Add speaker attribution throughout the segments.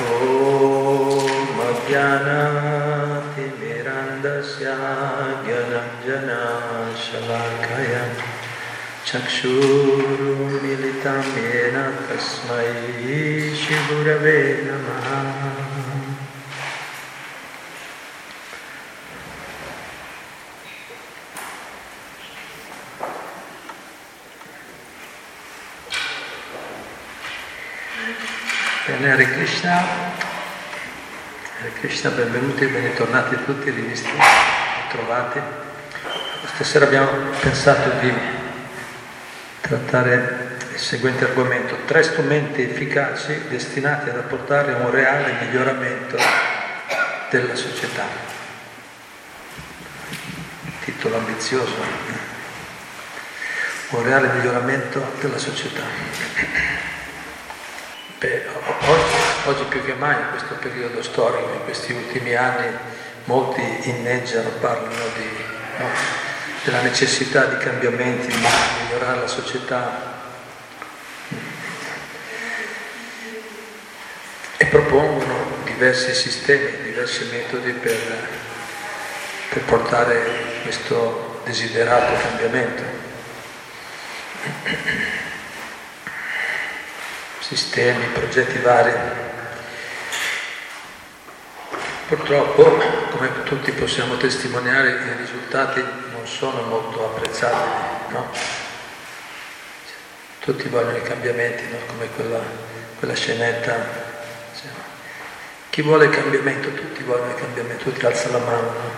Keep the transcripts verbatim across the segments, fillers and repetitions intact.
Speaker 1: Om Ajnanati Mirandasya Gyananjana Shalakaya Chakshurumilitam Yena Tasmai Shri Gurave Namaha. Bene, Hare Krishna, Hare Krishna, benvenuti e bentornati tutti, rivisti e trovati. Stasera abbiamo pensato di trattare il seguente argomento: tre strumenti efficaci destinati ad apportare un reale miglioramento della società. Titolo ambizioso: un reale miglioramento della società. Beh, oggi, oggi più che mai in questo periodo storico, in questi ultimi anni, molti inneggiano, parlano di, no, della necessità di cambiamenti, di migliorare la società e propongono diversi sistemi, diversi metodi per, per portare questo desiderato cambiamento. Sistemi, progetti vari. Purtroppo, come tutti possiamo testimoniare, i risultati non sono molto apprezzabili, no? Tutti vogliono i cambiamenti, no? Come quella, quella scenetta. Cioè, chi vuole il cambiamento? Tutti vogliono il cambiamento, tutti alzano la mano, no?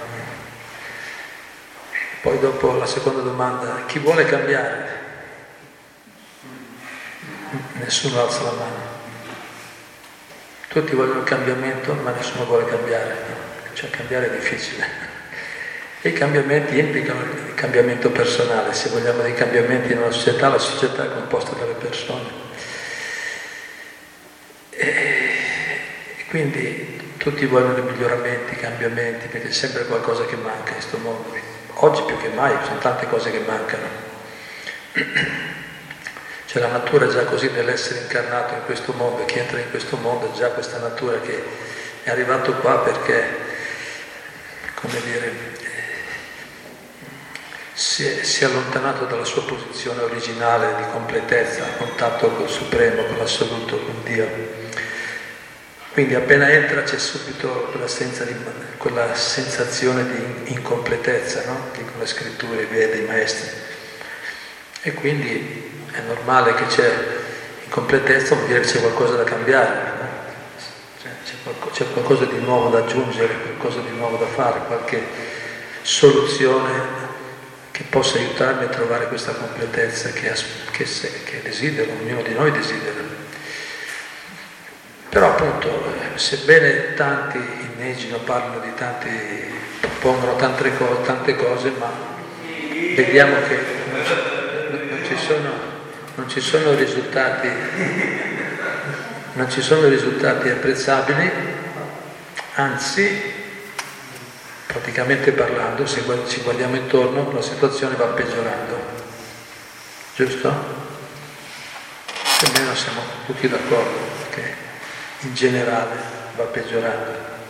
Speaker 1: Poi dopo la seconda domanda: chi vuole cambiare? Nessuno alza la mano. Tutti vogliono il cambiamento, ma nessuno vuole cambiare. Cioè cambiare è difficile. E i cambiamenti implicano il cambiamento personale. Se vogliamo dei cambiamenti in una società, la società è composta dalle persone. E quindi tutti vogliono i miglioramenti, i cambiamenti, perché c'è sempre qualcosa che manca in questo mondo. Oggi più che mai ci sono tante cose che mancano. Cioè la natura già così dell'essere incarnato in questo mondo, chi entra in questo mondo è già questa natura che è arrivato qua perché, come dire, si è, si è allontanato dalla sua posizione originale di completezza, a contatto col Supremo, con l'Assoluto, con Dio. Quindi appena entra c'è subito quella, senza di, quella sensazione di incompletezza, no? Dicono le scritture, i Veda, i maestri. E quindi è normale che c'è incompletezza, vuol dire che c'è qualcosa da cambiare, no? C'è, c'è, qualco, c'è qualcosa di nuovo da aggiungere, qualcosa di nuovo da fare, qualche soluzione che possa aiutarmi a trovare questa completezza che, che, che desidero, ognuno di noi desidera. Però appunto, sebbene tanti inneggino, parlano di tanti, propongono tante cose, tante cose, ma vediamo che non ci sono non ci sono risultati non ci sono risultati apprezzabili, anzi, praticamente parlando, se ci guardiamo intorno, la situazione va peggiorando, giusto? Più o meno siamo tutti d'accordo che in generale va peggiorando.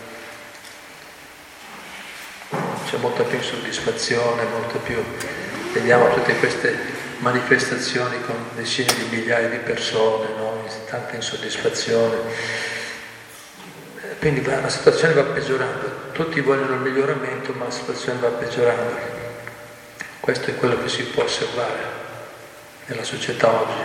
Speaker 1: C'è molta più insoddisfazione, molto più, vediamo tutte queste manifestazioni con decine di migliaia di persone, no? Tanta insoddisfazione. Quindi la situazione va peggiorando, tutti vogliono il miglioramento, ma la situazione va peggiorando. Questo è quello che si può osservare nella società oggi.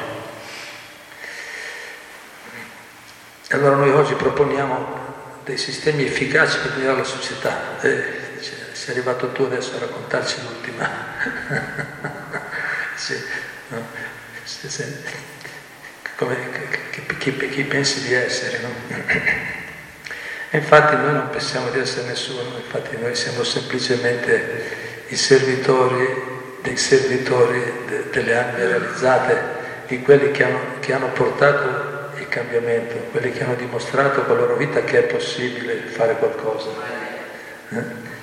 Speaker 1: Allora noi oggi proponiamo dei sistemi efficaci per migliorare la società. Eh, sei arrivato tu adesso a raccontarci l'ultima. Sì, no? Sì, sì. Come chi, chi, chi pensi di essere, no? E infatti noi non pensiamo di essere nessuno, infatti noi siamo semplicemente i servitori dei servitori de, delle anime realizzate, di quelli che hanno, che hanno portato il cambiamento, quelli che hanno dimostrato con la loro vita che è possibile fare qualcosa. Eh?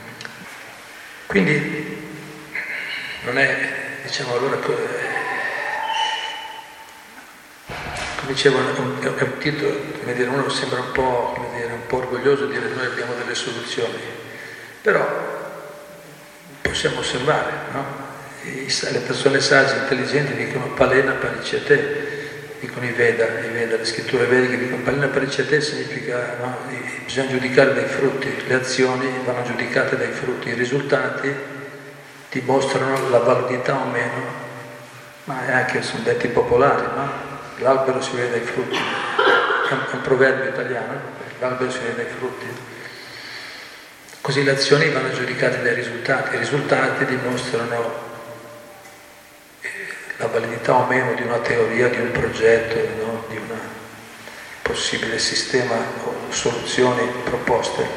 Speaker 1: Quindi non è, diciamo allora, come dicevo, è un, è un titolo, come dire, uno sembra un po', come dire, un po' orgoglioso di dire noi abbiamo delle soluzioni, però possiamo osservare, no? I, le persone sagge, intelligenti dicono palena paricete, dicono i Veda, i Veda, le scritture vediche dicono palena paricete significa, no? Bisogna giudicare dai frutti, le azioni vanno giudicate dai frutti, i risultati dimostrano la validità o meno, ma è anche, sono detti popolari, no? L'albero si vede dai frutti, è un, è un proverbio italiano, l'albero si vede dai frutti. Così le azioni vanno giudicate dai risultati, i risultati dimostrano la validità o meno di una teoria, di un progetto, no? Di un possibile sistema o soluzioni proposte.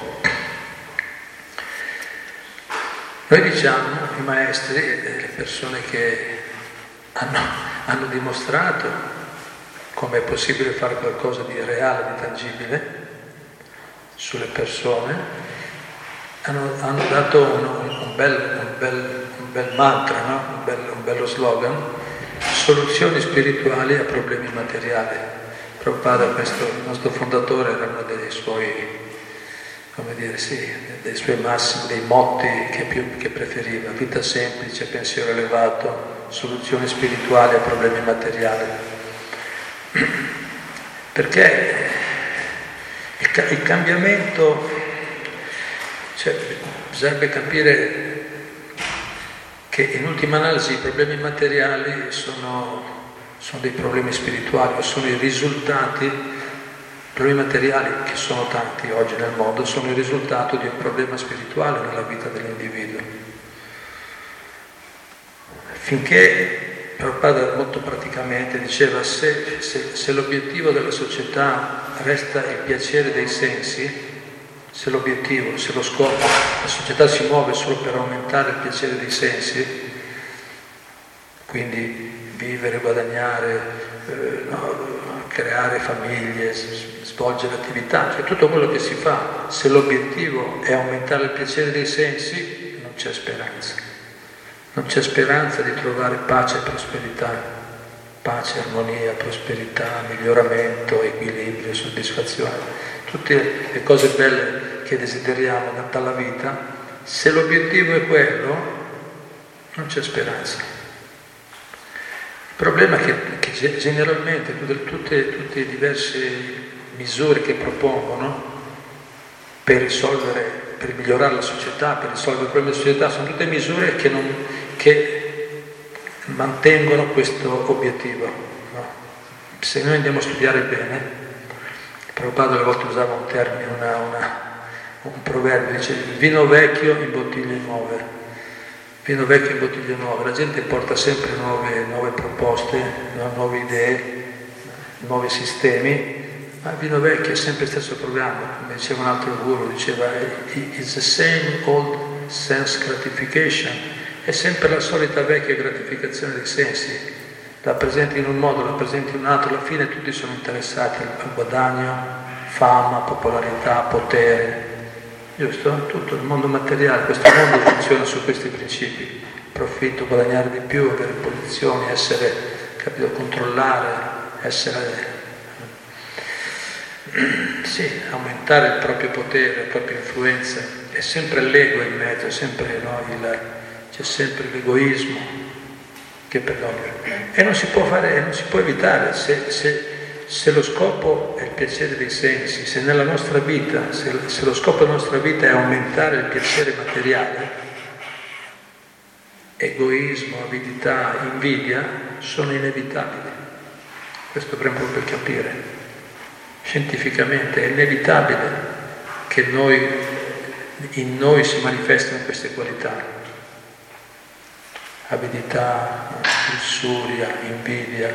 Speaker 1: Noi diciamo, i maestri, le persone che hanno, hanno dimostrato come è possibile fare qualcosa di reale, di tangibile sulle persone, hanno, hanno dato un, un, bel, un, bel, un bel mantra, no? un, bel, un bello slogan: soluzioni spirituali a problemi materiali. Prabhupada, questo il nostro fondatore, era uno dei suoi, come dire, sì, dei suoi massimi, dei motti che, più, che preferiva: vita semplice, pensiero elevato, soluzioni spirituali a problemi materiali. Perché il, ca- il cambiamento, cioè, bisognerebbe capire che in ultima analisi i problemi materiali sono, sono dei problemi spirituali, o sono i risultati, i problemi materiali, che sono tanti oggi nel mondo, sono il risultato di un problema spirituale nella vita dell'individuo. Finché Prabhupada molto praticamente diceva: se, se, se l'obiettivo della società resta il piacere dei sensi, se l'obiettivo, se lo scopo, la società si muove solo per aumentare il piacere dei sensi, quindi vivere, guadagnare, eh, no, creare famiglie, svolgere attività, cioè tutto quello che si fa, se l'obiettivo è aumentare il piacere dei sensi, non c'è speranza. Non c'è speranza di trovare pace e prosperità, pace, armonia, prosperità, miglioramento, equilibrio, soddisfazione, tutte le cose belle che desideriamo dalla vita. Se l'obiettivo è quello, non c'è speranza. Il problema è che, che generalmente tutte, tutte, tutte le diverse misure che propongono per risolvere, per migliorare la società, per risolvere i problemi della società, sono tutte misure che, non, che mantengono questo obiettivo. No? Se noi andiamo a studiare bene, Prabhupada alle volte usava un termine, una, una, un proverbio, dice: il vino vecchio in bottiglie nuove, vino vecchio in bottiglie nuove, la gente porta sempre nuove, nuove proposte, nuove idee, nuovi sistemi. Ma il vino vecchio è sempre il stesso programma, come diceva un altro guru, diceva it's the same old sense gratification, è sempre la solita vecchia gratificazione dei sensi, la presenti in un modo, la presenti in un altro, alla fine tutti sono interessati al guadagno, fama, popolarità, potere, giusto? Tutto il mondo materiale, questo mondo funziona su questi principi: profitto, guadagnare di più, avere posizioni, essere, capito, controllare, essere... Sì, aumentare il proprio potere, la propria influenza, è sempre l'ego in mezzo, è sempre, no, il, c'è sempre l'egoismo che perdono. E non si può fare, non si può evitare, se, se, se lo scopo è il piacere dei sensi, se nella nostra vita, se, se lo scopo della nostra vita è aumentare il piacere materiale, egoismo, avidità, invidia sono inevitabili. Questo dovremmo proprio capire. Scientificamente è inevitabile che noi, in noi si manifestino queste qualità: avidità, lussuria, invidia.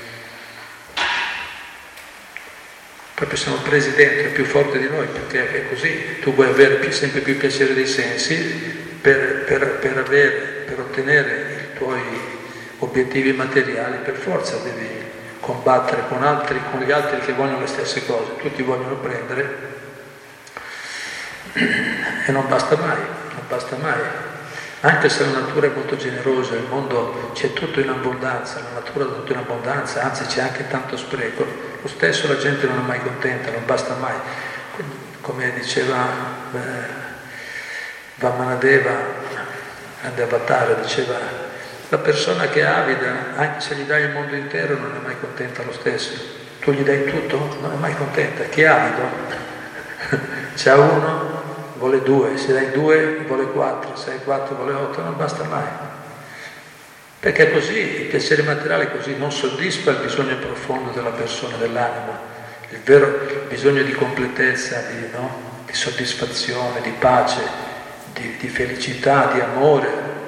Speaker 1: Proprio siamo presi dentro, è più forte di noi, perché è così. Tu vuoi avere più, sempre più piacere dei sensi per, per, per, avere, per ottenere i tuoi obiettivi materiali, per forza devi combattere con altri, con gli altri che vogliono le stesse cose, tutti vogliono prendere e non basta mai, non basta mai. Anche se la natura è molto generosa, il mondo c'è tutto in abbondanza, la natura è tutto in abbondanza, anzi c'è anche tanto spreco, lo stesso la gente non è mai contenta, non basta mai. Come diceva eh, Vamanadeva, grande avatar, diceva la persona che è avida, anche se gli dai il mondo intero, non è mai contenta lo stesso. Tu gli dai tutto, non è mai contenta. Chi è avido c'ha uno, vuole due, se dai due vuole quattro, se hai quattro vuole otto, non basta mai. Perché è così, il piacere materiale è così, non soddisfa il bisogno profondo della persona, dell'anima, il vero bisogno di completezza, di, no? di soddisfazione, di pace, di, di felicità, di amore.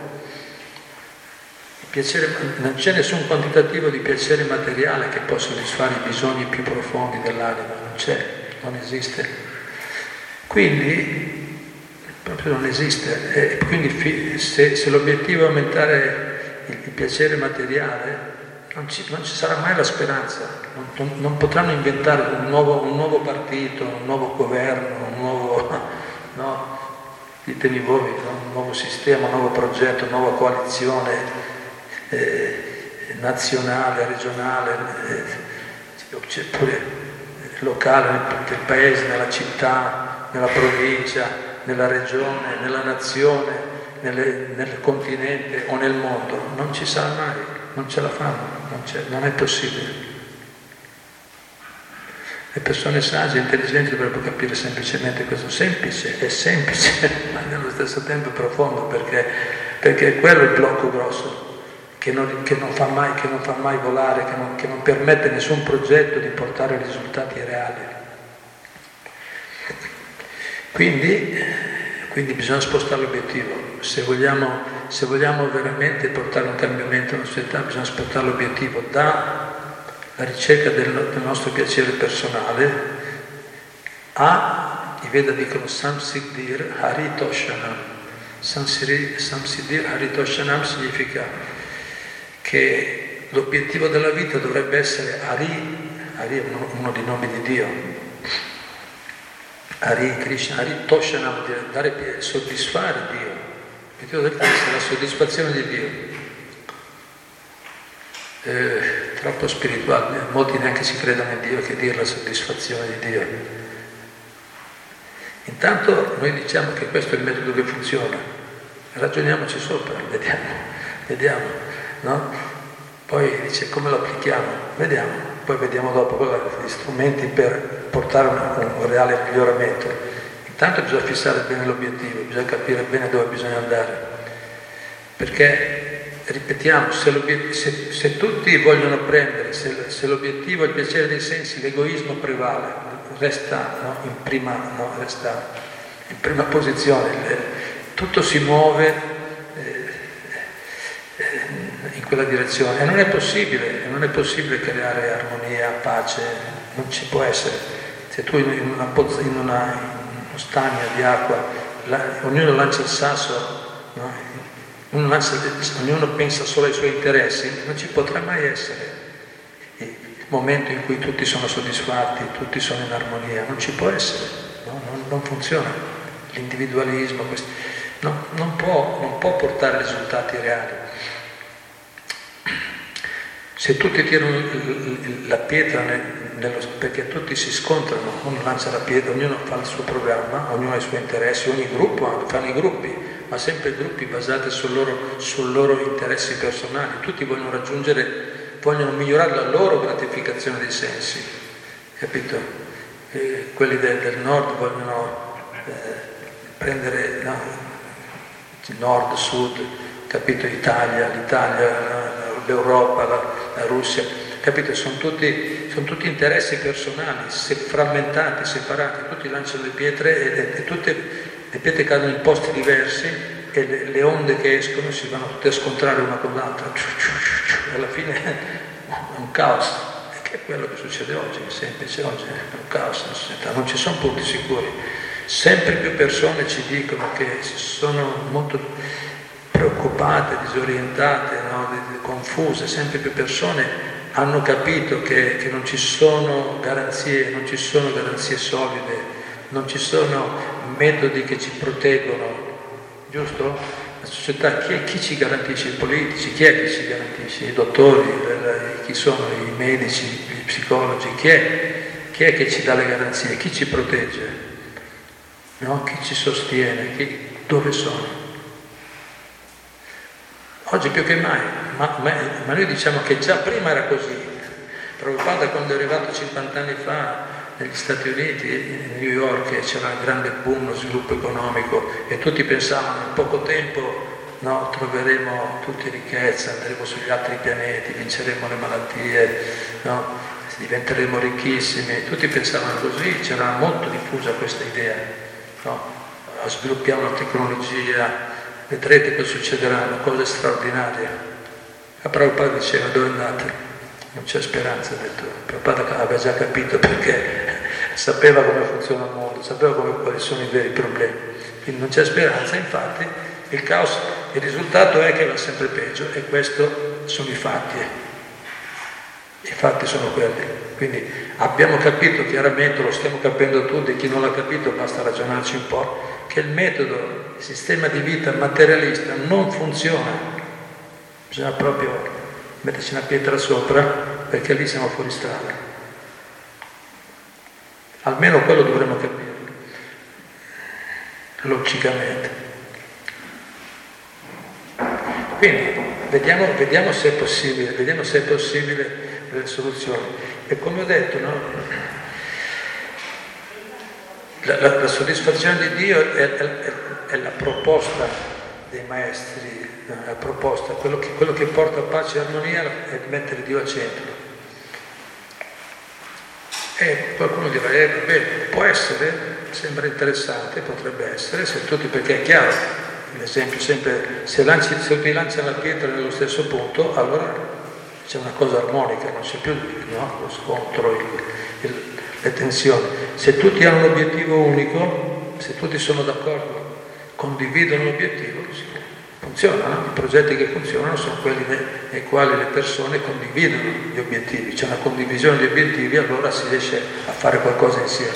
Speaker 1: Il piacere, non c'è nessun quantitativo di piacere materiale che possa soddisfare i bisogni più profondi dell'anima, non c'è, non esiste. Quindi proprio non esiste, e quindi se, se l'obiettivo è aumentare il, il piacere materiale, non ci, non ci sarà mai la speranza, non, non, non potranno inventare un nuovo, un nuovo partito, un nuovo governo, un nuovo, no, ditemi voi, no? Un nuovo sistema, un nuovo progetto, una nuova coalizione eh, nazionale, regionale, eh, c'è pure locale, nel paese, nella città, nella provincia, nella regione, nella nazione, nelle, nel continente o nel mondo. Non ci sarà mai, non ce la fanno, non, c'è, non è possibile. Le persone sagge e intelligenti dovrebbero capire semplicemente questo. Semplice, è semplice, ma nello stesso tempo è profondo, perché, perché è quello il blocco grosso, che non, che non fa mai, che non fa mai volare, che non, che non permette a nessun progetto di portare risultati reali. Quindi, quindi bisogna spostare l'obiettivo. Se vogliamo, se vogliamo veramente portare un cambiamento nella società, bisogna spostare l'obiettivo dalla ricerca del, del nostro piacere personale a, i Veda dicono Samsiddhir Haritoshanam. Samsiddhir Haritoshanam significa che l'obiettivo della vita dovrebbe essere Hari, Hari è uno, uno dei nomi di Dio. Hari Krishna, Hari Toshanam, dare, soddisfare Dio. L'obiettivo del Cristo è la soddisfazione di Dio. Eh, troppo spirituale, molti neanche ci credono in Dio che dire la soddisfazione di Dio. Intanto noi diciamo che questo è il metodo che funziona, ragioniamoci sopra, vediamo, vediamo, no? Poi dice come lo applichiamo, vediamo, poi vediamo dopo gli strumenti per portare un, un reale miglioramento. Intanto bisogna fissare bene l'obiettivo, bisogna capire bene dove bisogna andare, perché, ripetiamo, se, se, se tutti vogliono prendere, se, se l'obiettivo è il piacere dei sensi, l'egoismo prevale, resta, no, in, prima, no, resta in prima posizione, tutto si muove eh, eh, in quella direzione e non è possibile, non è possibile creare armonia, pace, non ci può essere. Se tu in una, pozza, in una, in uno stagno di acqua, la, ognuno lancia il sasso, no? ognuno, lancia, ognuno pensa solo ai suoi interessi, non ci potrà mai essere il momento in cui tutti sono soddisfatti, tutti sono in armonia, non ci può essere, no? non, non funziona. L'individualismo questo, no, non, può, non può portare risultati reali. Se tutti tirano la pietra nel, nello, perché tutti si scontrano, uno lancia la pietra, ognuno fa il suo programma, ognuno ha i suoi interessi, ogni gruppo fanno i gruppi, ma sempre gruppi basati sul loro, sul loro interessi personali. Tutti vogliono raggiungere, vogliono migliorare la loro gratificazione dei sensi, capito? E quelli del, del nord vogliono eh, prendere no, nord, sud, capito? Italia, l'Italia, l'Europa, la, la Russia, capito? Sono tutti, sono tutti interessi personali, se, frammentati, separati, tutti lanciano le pietre e, e, e tutte le pietre cadono in posti diversi e le, le onde che escono si vanno tutte a scontrare una con l'altra, alla fine è un caos, e che è quello che succede oggi, è semplice oggi, è un caos nella società, non ci sono punti sicuri, sempre più persone ci dicono che sono molto preoccupate, disorientate, no? confuse, sempre più persone hanno capito che, che non ci sono garanzie, non ci sono garanzie solide, non ci sono metodi che ci proteggono, giusto? La società, chi, chi ci garantisce? I politici, chi è che ci garantisce? I dottori, chi sono i medici, gli psicologi, chi è? Chi è che ci dà le garanzie? Chi ci protegge? No? Chi ci sostiene? Chi, dove sono? Oggi più che mai, ma, ma, ma noi diciamo che già prima era così. Prabhupada quando è arrivato cinquanta anni fa negli Stati Uniti, in New York, c'era un grande boom, lo sviluppo economico e tutti pensavano in poco tempo no, troveremo tutti ricchezza, andremo sugli altri pianeti, vinceremo le malattie, no, diventeremo ricchissimi, tutti pensavano così, c'era molto diffusa questa idea, no? Sviluppiamo la tecnologia, vedrete che succederanno cose straordinarie. A Prabhupada diceva dove andate? Non c'è speranza, ha detto. Prabhupada aveva già capito perché sapeva come funziona il mondo, sapeva come, quali sono i veri problemi. Quindi non c'è speranza, infatti il caos, il risultato è che va sempre peggio e questo sono i fatti. I fatti sono quelli. Quindi abbiamo capito chiaramente, lo stiamo capendo tutti, chi non l'ha capito basta ragionarci un po', che il metodo, il sistema di vita materialista non funziona. Bisogna proprio metterci una pietra sopra perché lì siamo fuori strada. Almeno quello dovremmo capire, logicamente. Quindi vediamo, vediamo se è possibile, vediamo se è possibile le soluzioni. E come ho detto, no? la, la, la soddisfazione di Dio è, è, è la proposta dei maestri, la proposta, quello che, quello che porta a pace e armonia è mettere Dio al centro. E qualcuno dirà, eh, vabbè, può essere, sembra interessante, potrebbe essere, se tutti, perché è chiaro, l'esempio sempre, se, lanci, se tutti lanciano la pietra nello stesso punto, allora c'è una cosa armonica, non c'è più no, lo scontro, il, il, le tensioni. Se tutti hanno un obiettivo unico, se tutti sono d'accordo, condividono l'obiettivo, funziona, no? I progetti che funzionano sono quelli nei, nei quali le persone condividono gli obiettivi, c'è una condivisione di obiettivi, allora si riesce a fare qualcosa insieme.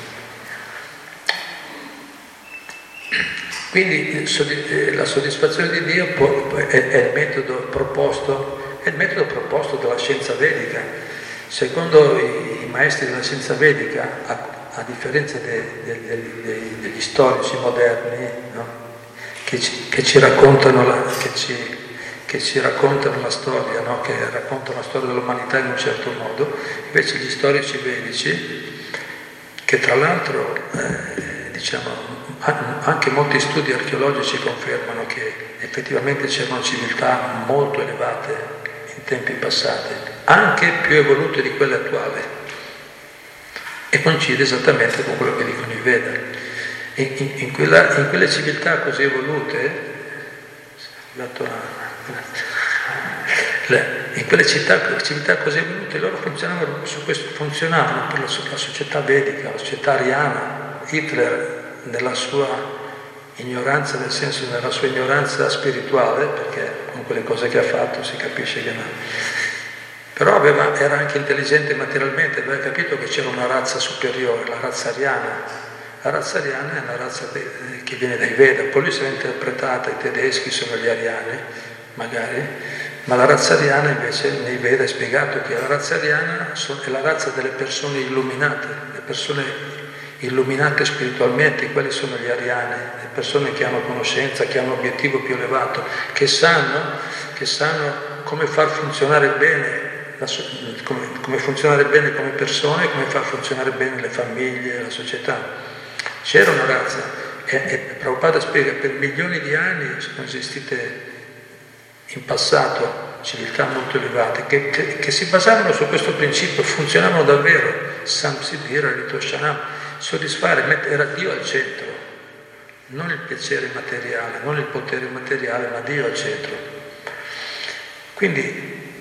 Speaker 1: Quindi la soddisfazione di Dio è il metodo proposto, è il metodo proposto dalla scienza vedica. Secondo i, i maestri della scienza vedica, a, a differenza de, de, de, de, degli storici moderni, no? Che ci, che ci raccontano la, che ci, che ci raccontano la storia, no? Che raccontano la storia dell'umanità in un certo modo, invece gli storici vedici, che tra l'altro eh, diciamo anche molti studi archeologici confermano che effettivamente c'erano civiltà molto elevate in tempi passati, anche più evolute di quelle attuali, e coincide esattamente con quello che dicono i Veda. In, in, in, quella, in quelle civiltà così evolute, in quelle città, civiltà così evolute, loro funzionavano su questo, funzionavano per la, la società vedica, la società ariana. Hitler, nella sua ignoranza, nel senso nella sua ignoranza spirituale, perché con quelle cose che ha fatto si capisce che no, però aveva, era anche intelligente materialmente, aveva capito che c'era una razza superiore, la razza ariana. La razza ariana è una razza che viene dai Veda, poi lui si è interpretata, i tedeschi sono gli ariani, magari, ma la razza ariana invece nei Veda è spiegato che la razza ariana è la razza delle persone illuminate, le persone illuminate spiritualmente, quelli sono gli ariani, le persone che hanno conoscenza, che hanno un obiettivo più elevato, che sanno, che sanno come far funzionare bene, la, come, come funzionare bene come persone, come far funzionare bene le famiglie, la società. C'era una razza, e, e Prabhupada spiega, per milioni di anni sono esistite in passato civiltà molto elevate che, che, che si basavano su questo principio, funzionavano davvero, Samsiddhira Ritoshanam, soddisfare, mettere Dio al centro, non il piacere materiale, non il potere materiale, ma Dio al centro. Quindi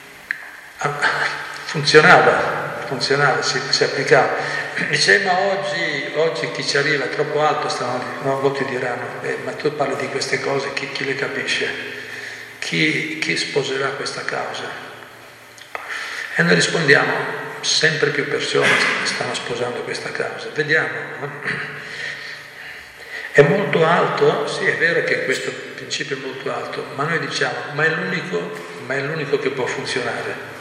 Speaker 1: funzionava, funzionava, si, si applicava. Dice, ma oggi, oggi chi ci arriva è troppo alto, stanno, no, molti diranno, eh, ma tu parli di queste cose, chi, chi le capisce? Chi, chi sposerà questa causa? E noi rispondiamo, sempre più persone stanno sposando questa causa. Vediamo. No? È molto alto? Sì, è vero che questo principio è molto alto, ma noi diciamo, ma è l'unico, ma è l'unico che può funzionare.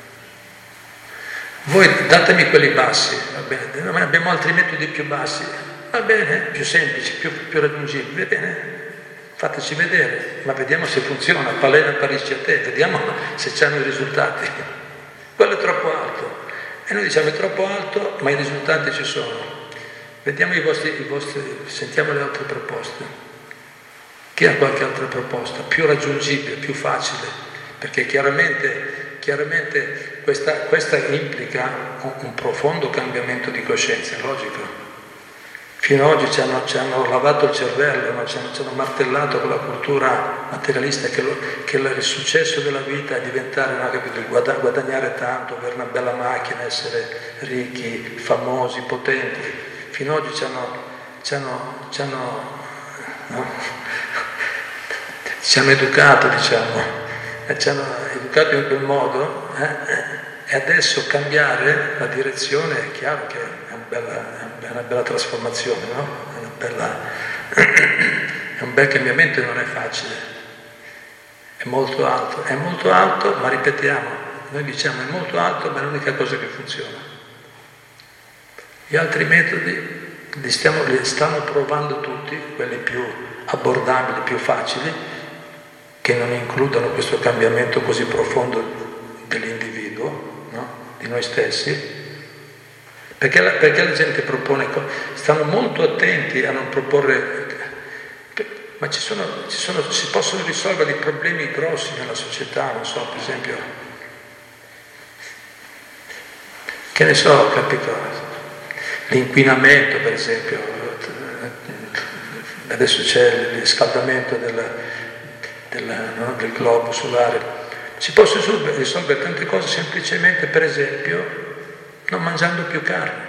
Speaker 1: Voi datemi quelli bassi, va bene, ma abbiamo altri metodi più bassi, va bene, più semplici, più, più raggiungibili, va bene, fateci vedere, ma vediamo se funziona, Palena apparisce a te, vediamo se c'hanno i risultati. Quello è troppo alto. E noi diciamo è troppo alto, ma i risultati ci sono. Vediamo i vostri, i vostri, sentiamo le altre proposte. Chi ha qualche altra proposta? Più raggiungibile, più facile, perché chiaramente, chiaramente questa, questa implica un, un profondo cambiamento di coscienza, è logico. Fino ad oggi ci hanno, ci hanno lavato il cervello, no? ci, hanno, ci hanno martellato con la cultura materialista che, lo, che il successo della vita è diventare, no, capito, guadagnare tanto, avere una bella macchina, essere ricchi, famosi, potenti. Fino ad oggi ci hanno, ci hanno, ci hanno, no? ci hanno educato, diciamo, e ci hanno educato in quel modo, eh? E adesso cambiare la direzione è chiaro che è una bella, è una bella trasformazione, no? È, una bella, è un bel cambiamento e non è facile, è molto alto, è molto alto, ma ripetiamo, noi diciamo è molto alto, ma è l'unica cosa che funziona. Gli altri metodi li, stiamo, li stanno provando tutti, quelli più abbordabili, più facili, che non includono questo cambiamento così profondo dell'individuo, no? Di noi stessi. Perché la, perché la gente propone, stanno molto attenti a non proporre, ma ci sono, ci sono, si possono risolvere dei problemi grossi nella società, non so, per esempio, che ne so, capito, l'inquinamento per esempio, adesso c'è il riscaldamento del, del, no, del globo solare, si possono risolvere tante cose semplicemente, per esempio, non mangiando più carne.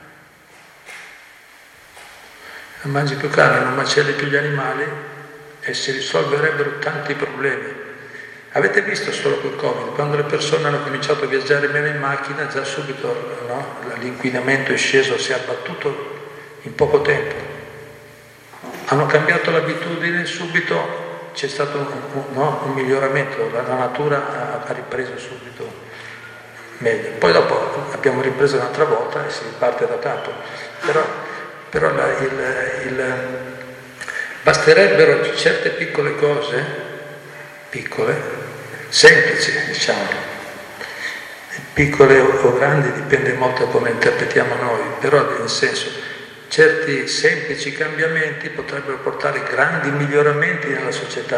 Speaker 1: Non mangi più carne, non macelli più gli animali e si risolverebbero tanti problemi. Avete visto solo col Covid, quando le persone hanno cominciato a viaggiare meno in macchina, già subito, no, l'inquinamento è sceso, si è abbattuto in poco tempo. Hanno cambiato l'abitudine, subito c'è stato un, un, no, un miglioramento, la, la natura ha, ha ripreso subito meglio. Poi dopo abbiamo ripreso un'altra volta e si parte da capo. Però, però la, il, il, basterebbero certe piccole cose, piccole, semplici, diciamo, piccole o grandi, dipende molto da come interpretiamo noi, però nel senso, certi semplici cambiamenti potrebbero portare grandi miglioramenti nella società.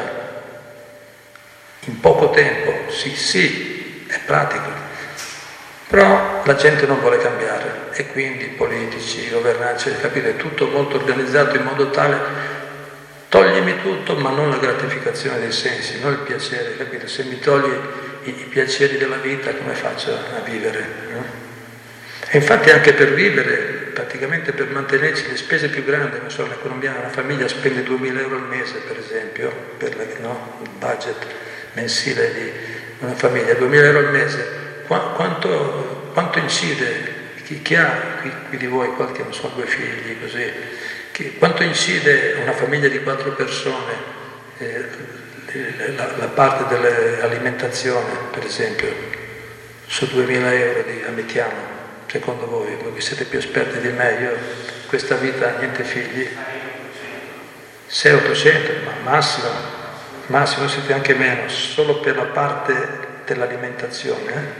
Speaker 1: In poco tempo, sì, sì, è pratico. Però la gente non vuole cambiare e quindi politici, governanti, capite, è tutto molto organizzato in modo tale, toglimi tutto ma non la gratificazione dei sensi, non il piacere, capite? Se mi togli i, i piaceri della vita come faccio a vivere? No? E infatti anche per vivere, praticamente per mantenerci le spese più grandi, non so, l'economia, una famiglia spende duemila euro al mese per esempio, per la, no? Il budget mensile di una famiglia, duemila euro al mese. Quanto, quanto incide, chi, chi ha qui, qui di voi qualche, non so, due figli, così, chi, quanto incide una famiglia di quattro persone, eh, la, la parte dell'alimentazione, per esempio, su duemila euro di, ammettiamo, secondo voi, voi che siete più esperti di me, io questa vita, niente figli, sei ottocento, ma massimo, massimo siete anche meno, solo per la parte dell'alimentazione, eh?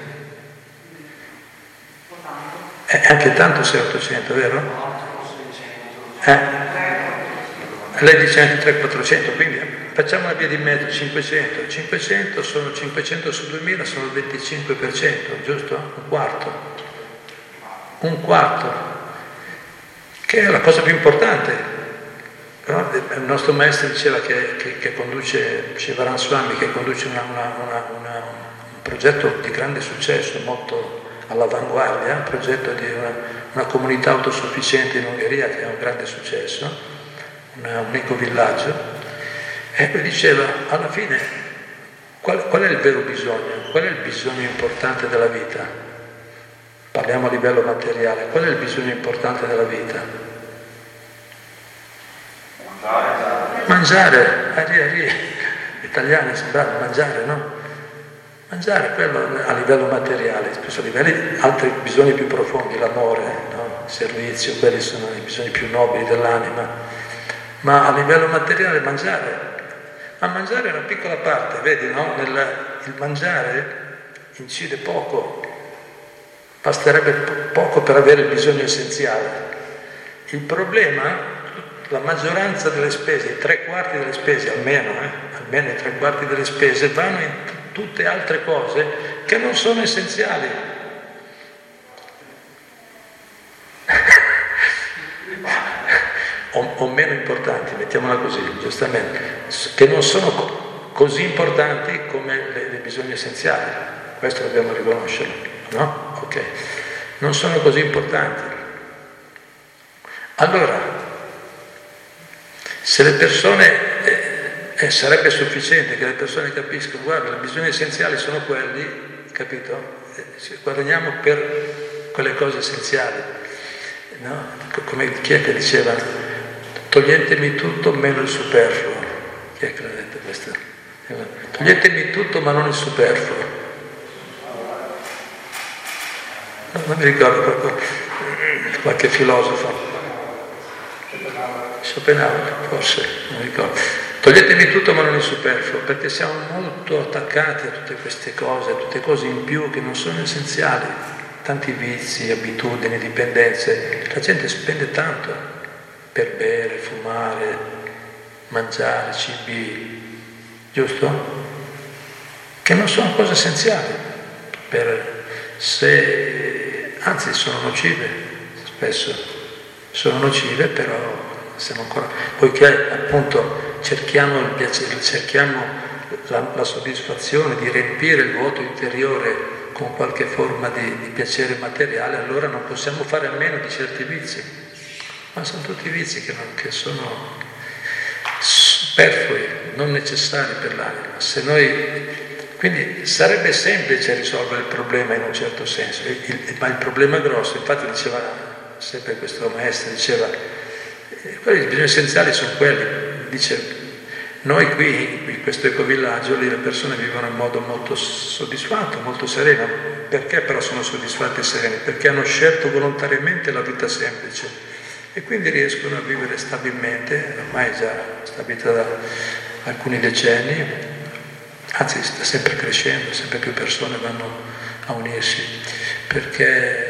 Speaker 1: È anche tanto sei ottocento, vero? Eh? Lei dice anche trecento quattrocento, quindi facciamo una via di mezzo, cinquecento. cinquecento sono cinquecento su duemila, sono il venticinque per cento, giusto? Un quarto. Un quarto. Che è la cosa più importante. Però il nostro maestro diceva che, che, che conduce, Shivaran Swami, che conduce una, una, una, una, un progetto di grande successo, molto all'avanguardia, un progetto di una, una comunità autosufficiente in Ungheria che è un grande successo, una, un ecovillaggio, e lui diceva alla fine qual, qual è il vero bisogno, qual è il bisogno importante della vita? Parliamo a livello materiale, qual è il bisogno importante della vita? mangiare, arri, arri, gli italiani sembrano mangiare, no? Mangiare, quello a livello materiale, spesso a livelli, altri bisogni più profondi, l'amore, no? Il servizio, quelli sono i bisogni più nobili dell'anima, ma a livello materiale mangiare. Ma mangiare è una piccola parte, vedi, no? Nel, il mangiare incide poco, basterebbe poco per avere il bisogno essenziale. Il problema, la maggioranza delle spese, i tre quarti delle spese almeno, eh, almeno i tre quarti delle spese vanno in t- tutte altre cose che non sono essenziali. o, o meno importanti, mettiamola così, giustamente, che non sono co- così importanti come le, le bisogni essenziali. Questo dobbiamo riconoscerlo, no? Ok. Non sono così importanti. Allora, se le persone, eh, eh, sarebbe sufficiente che le persone capiscono, guarda, i bisogni essenziali sono quelli, capito? Eh, guadagniamo per quelle cose essenziali, no? Come chi è che diceva, toglietemi tutto meno il superfluo. Chi è che l'ha detto questo? Toglietemi tutto ma non il superfluo. Non mi ricordo proprio, qualche filosofo. Schopenhauer, forse, non ricordo. Toglietemi tutto ma non il superfluo, perché siamo molto attaccati a tutte queste cose, a tutte cose in più che non sono essenziali, tanti vizi, abitudini, dipendenze. La gente spende tanto per bere, fumare, mangiare, cibi, giusto? Che non sono cose essenziali, per, se, anzi sono nocive, spesso sono nocive, però siamo ancora, poiché appunto cerchiamo il piacere, cerchiamo la, la soddisfazione di riempire il vuoto interiore con qualche forma di, di piacere materiale, allora non possiamo fare a meno di certi vizi, ma sono tutti vizi che, non, che sono superflui, non necessari per l'anima. Se noi, quindi sarebbe semplice risolvere il problema in un certo senso, il, il, ma il problema grosso, infatti diceva sempre questo maestro, diceva quelli bisogni essenziali sono quelli, dice noi qui in questo ecovillaggio lì le persone vivono in modo molto soddisfatto, molto sereno. Perché però sono soddisfatti e sereni? Perché hanno scelto volontariamente la vita semplice e quindi riescono a vivere stabilmente, ormai già stabilita da alcuni decenni, anzi sta sempre crescendo, sempre più persone vanno a unirsi, perché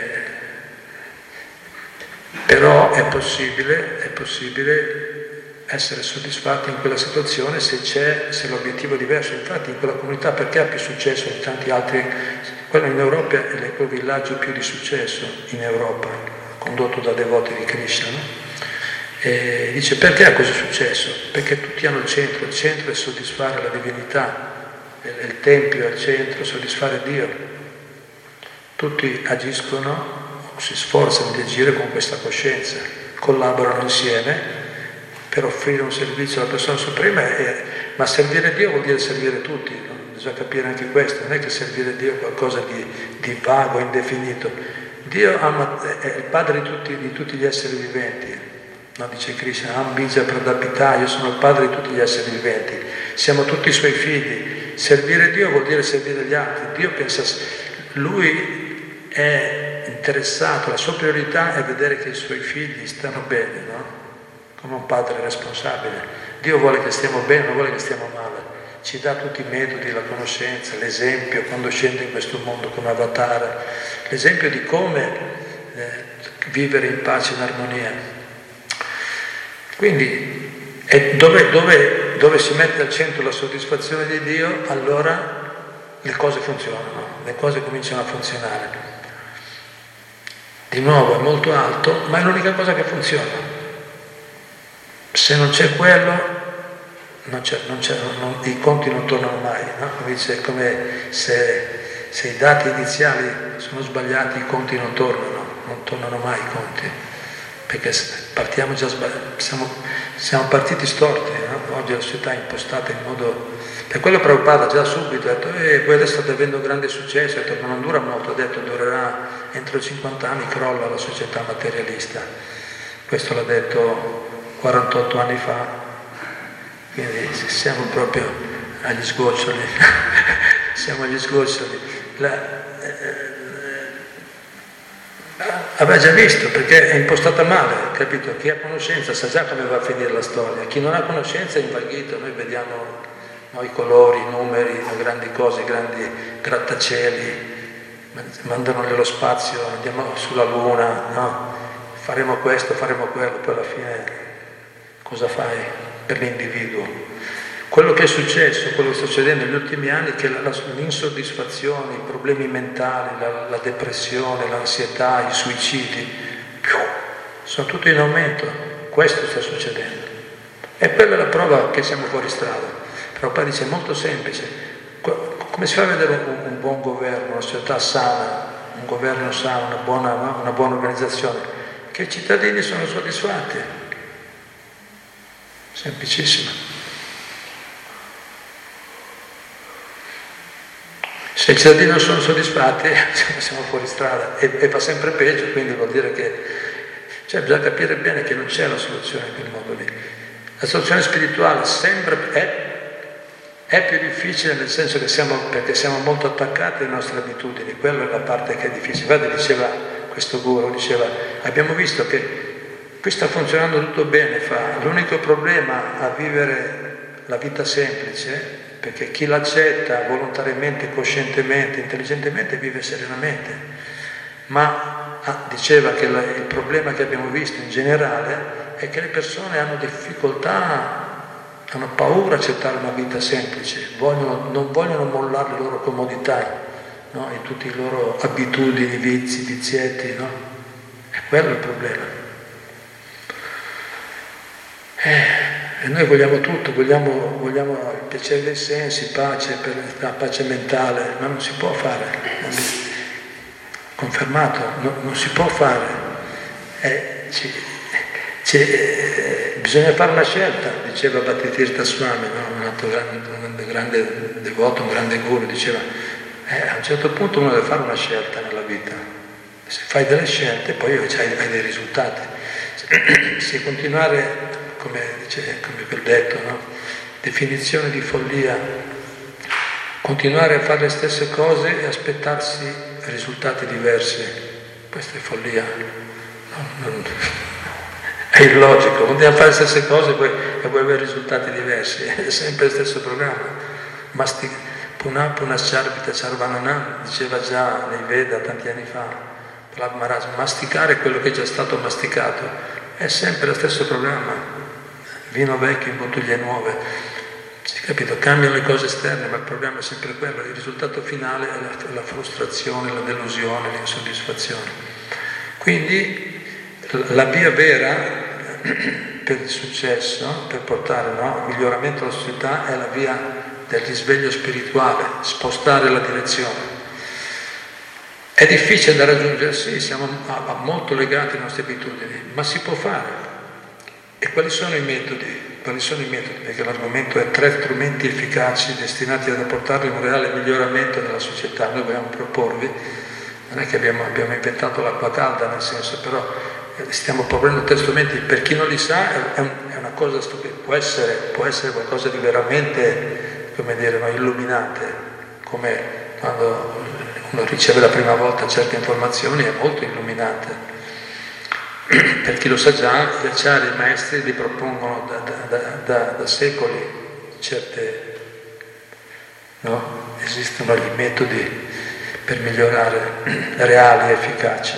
Speaker 1: però è possibile, è possibile essere soddisfatti in quella situazione se c'è, se l'obiettivo è diverso. Infatti in quella comunità, perché ha più successo di tanti altri, quello in Europa è l'ecovillaggio più di successo in Europa, condotto da devoti di Krishna, no? E dice perché ha così successo? Perché tutti hanno il centro, il centro è soddisfare la divinità, il tempio è il centro, soddisfare Dio. Tutti agiscono, si sforzano di agire con questa coscienza, collaborano insieme per offrire un servizio alla persona suprema, e, ma servire Dio vuol dire servire tutti, no? Bisogna capire anche questo, non è che servire Dio è qualcosa di, di vago, indefinito. Dio ama, è il padre di tutti, di tutti gli esseri viventi, no? Dice Krishna, Ambija Pradapita, io sono il padre di tutti gli esseri viventi, siamo tutti i suoi figli. Servire Dio vuol dire servire gli altri. Dio pensa, lui è interessato, la sua priorità è vedere che i suoi figli stanno bene, no? Come un padre responsabile. Dio vuole che stiamo bene, non vuole che stiamo male. Ci dà tutti i metodi, la conoscenza, l'esempio quando scende in questo mondo come avatar, l'esempio di come eh, vivere in pace e in armonia. Quindi e dove, dove, dove si mette al centro la soddisfazione di Dio, allora le cose funzionano, le cose cominciano a funzionare. Di nuovo è molto alto, ma è l'unica cosa che funziona. Se non c'è quello, non c'è, non c'è, non, i conti non tornano mai, no? Come dice, come se, se i dati iniziali sono sbagliati, i conti non tornano, non tornano mai i conti, perché partiamo già sbagliati, siamo, siamo partiti storti, no? Oggi la società è impostata in modo... Per quello Prabhupada già subito ha detto, eh, voi adesso state avendo grande successo, ha detto, ma non dura molto, ha detto, durerà entro cinquanta anni, crolla la società materialista. Questo l'ha detto quarantotto anni fa, quindi siamo proprio agli sgoccioli, siamo agli sgoccioli. La, eh, aveva già visto, perché è impostata male, capito? Chi ha conoscenza sa già come va a finire la storia, chi non ha conoscenza è invaghito. Noi vediamo no, i colori, i numeri, le grandi cose, i grandi grattacieli, mandano nello spazio, andiamo sulla luna, no? Faremo questo, faremo quello, poi alla fine cosa fai per l'individuo? Quello che è successo, quello che sta succedendo negli ultimi anni è che la, la, l'insoddisfazione, i problemi mentali, la, la depressione, l'ansietà, i suicidi, più, sono tutti in aumento. Questo sta succedendo. E quella è la prova che siamo fuori strada. Prabhupada dice, è molto semplice. Come si fa a vedere un, un buon governo, una società sana, un governo sano, una buona, no? una buona organizzazione? Che i cittadini sono soddisfatti. Semplicissimo. Se i cittadini non sono soddisfatti, siamo fuori strada e, e va sempre peggio, quindi vuol dire che cioè, bisogna capire bene che non c'è la soluzione in quel modo lì. La soluzione spirituale sembra, è, è più difficile nel senso che siamo, perché siamo molto attaccati alle nostre abitudini, quella è la parte che è difficile. Infatti diceva questo guru, diceva, abbiamo visto che qui sta funzionando tutto bene, fa, l'unico problema a vivere la vita semplice, perché chi l'accetta volontariamente, coscientemente, intelligentemente vive serenamente, ma ah, diceva che la, il problema che abbiamo visto in generale è che le persone hanno difficoltà, hanno paura a accettare una vita semplice, vogliono, non vogliono mollare le loro comodità, no? E tutte le loro abitudini, vizi, vizietti, no? E quello è il problema. Eh, E noi vogliamo tutto, vogliamo, vogliamo il piacere dei sensi, pace, per la pace mentale, ma non si può fare. Confermato, no, non si può fare. Eh, ci, ci, eh, bisogna fare una scelta, diceva Bhattitirtha Swami, no? un altro grande, un grande devoto, un grande guru, diceva, eh, a un certo punto uno deve fare una scelta nella vita. Se fai delle scelte poi hai, hai dei risultati. Se continuare... Come, dice, come quel detto, no? Definizione di follia, continuare a fare le stesse cose e aspettarsi risultati diversi, questa è follia, no, non, è illogico, continui a fare le stesse cose e poi, e poi avere risultati diversi, è sempre lo stesso programma. Masti, Puna Punasarvita Charvananam diceva già nei Veda tanti anni fa, Prahlad Maharaj, masticare quello che è già stato masticato è sempre lo stesso programma. Vino vecchio in bottiglie nuove, si è capito? Cambiano le cose esterne, ma il problema è sempre quello, il risultato finale è la, la frustrazione, la delusione, l'insoddisfazione. Quindi la via vera per il successo, per portare no, il miglioramento alla società, è la via del risveglio spirituale, spostare la direzione. È difficile da raggiungere, sì, siamo molto legati alle nostre abitudini, ma si può fare. E quali sono i metodi? Quali sono i metodi? Perché l'argomento è tre strumenti efficaci destinati ad apportare un reale miglioramento nella società. Noi vogliamo proporvi, non è che abbiamo, abbiamo inventato l'acqua calda, nel senso, però stiamo proponendo tre strumenti. Per chi non li sa è, un, è una cosa stupenda, può essere, può essere qualcosa di veramente, come dire, no, illuminante, come quando uno riceve la prima volta certe informazioni, è molto illuminante. Per chi lo sa già, gli acciari, i maestri li propongono da, da, da, da secoli certe, no? Esistono gli metodi per migliorare, reali e efficaci.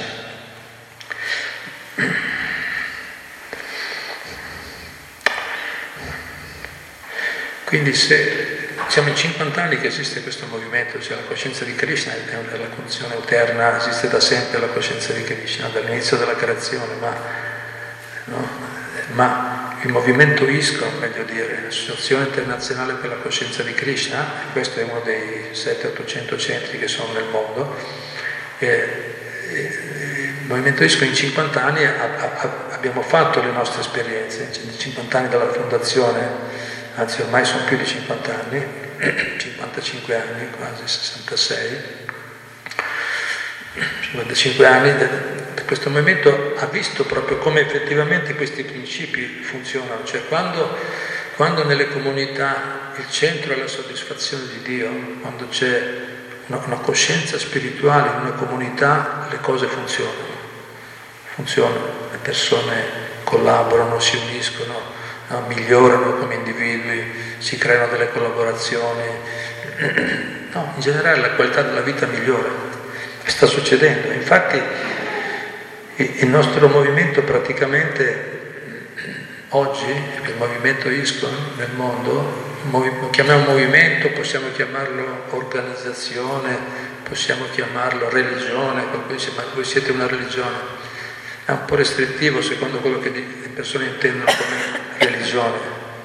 Speaker 1: Quindi se siamo in cinquanta anni che esiste questo movimento, cioè la coscienza di Krishna è una condizione eterna, esiste da sempre la coscienza di Krishna, dall'inizio della creazione, ma, no? Ma il movimento ISKCON, meglio dire, l'Associazione Internazionale per la Coscienza di Krishna, questo è uno dei settecento ottocento centri che sono nel mondo, e, e, il movimento ISKCON in cinquanta anni ha, ha, abbiamo fatto le nostre esperienze, in cinquanta anni dalla fondazione, anzi ormai sono più di cinquanta anni, cinquantacinque anni, quasi sessantasei, cinquantacinque anni, questo movimento ha visto proprio come effettivamente questi principi funzionano, cioè quando, quando nelle comunità il centro è la soddisfazione di Dio, quando c'è una, una coscienza spirituale in una comunità, le cose funzionano. Funzionano, le persone collaborano, si uniscono, no? Migliorano come individui, si creano delle collaborazioni. No, in generale la qualità della vita migliora. Sta succedendo. Infatti il nostro movimento praticamente oggi, il movimento ISKCON nel mondo, lo chiamiamo movimento, possiamo chiamarlo organizzazione, possiamo chiamarlo religione, qualcuno dice ma voi siete una religione. È un po' restrittivo secondo quello che le persone intendono come religione.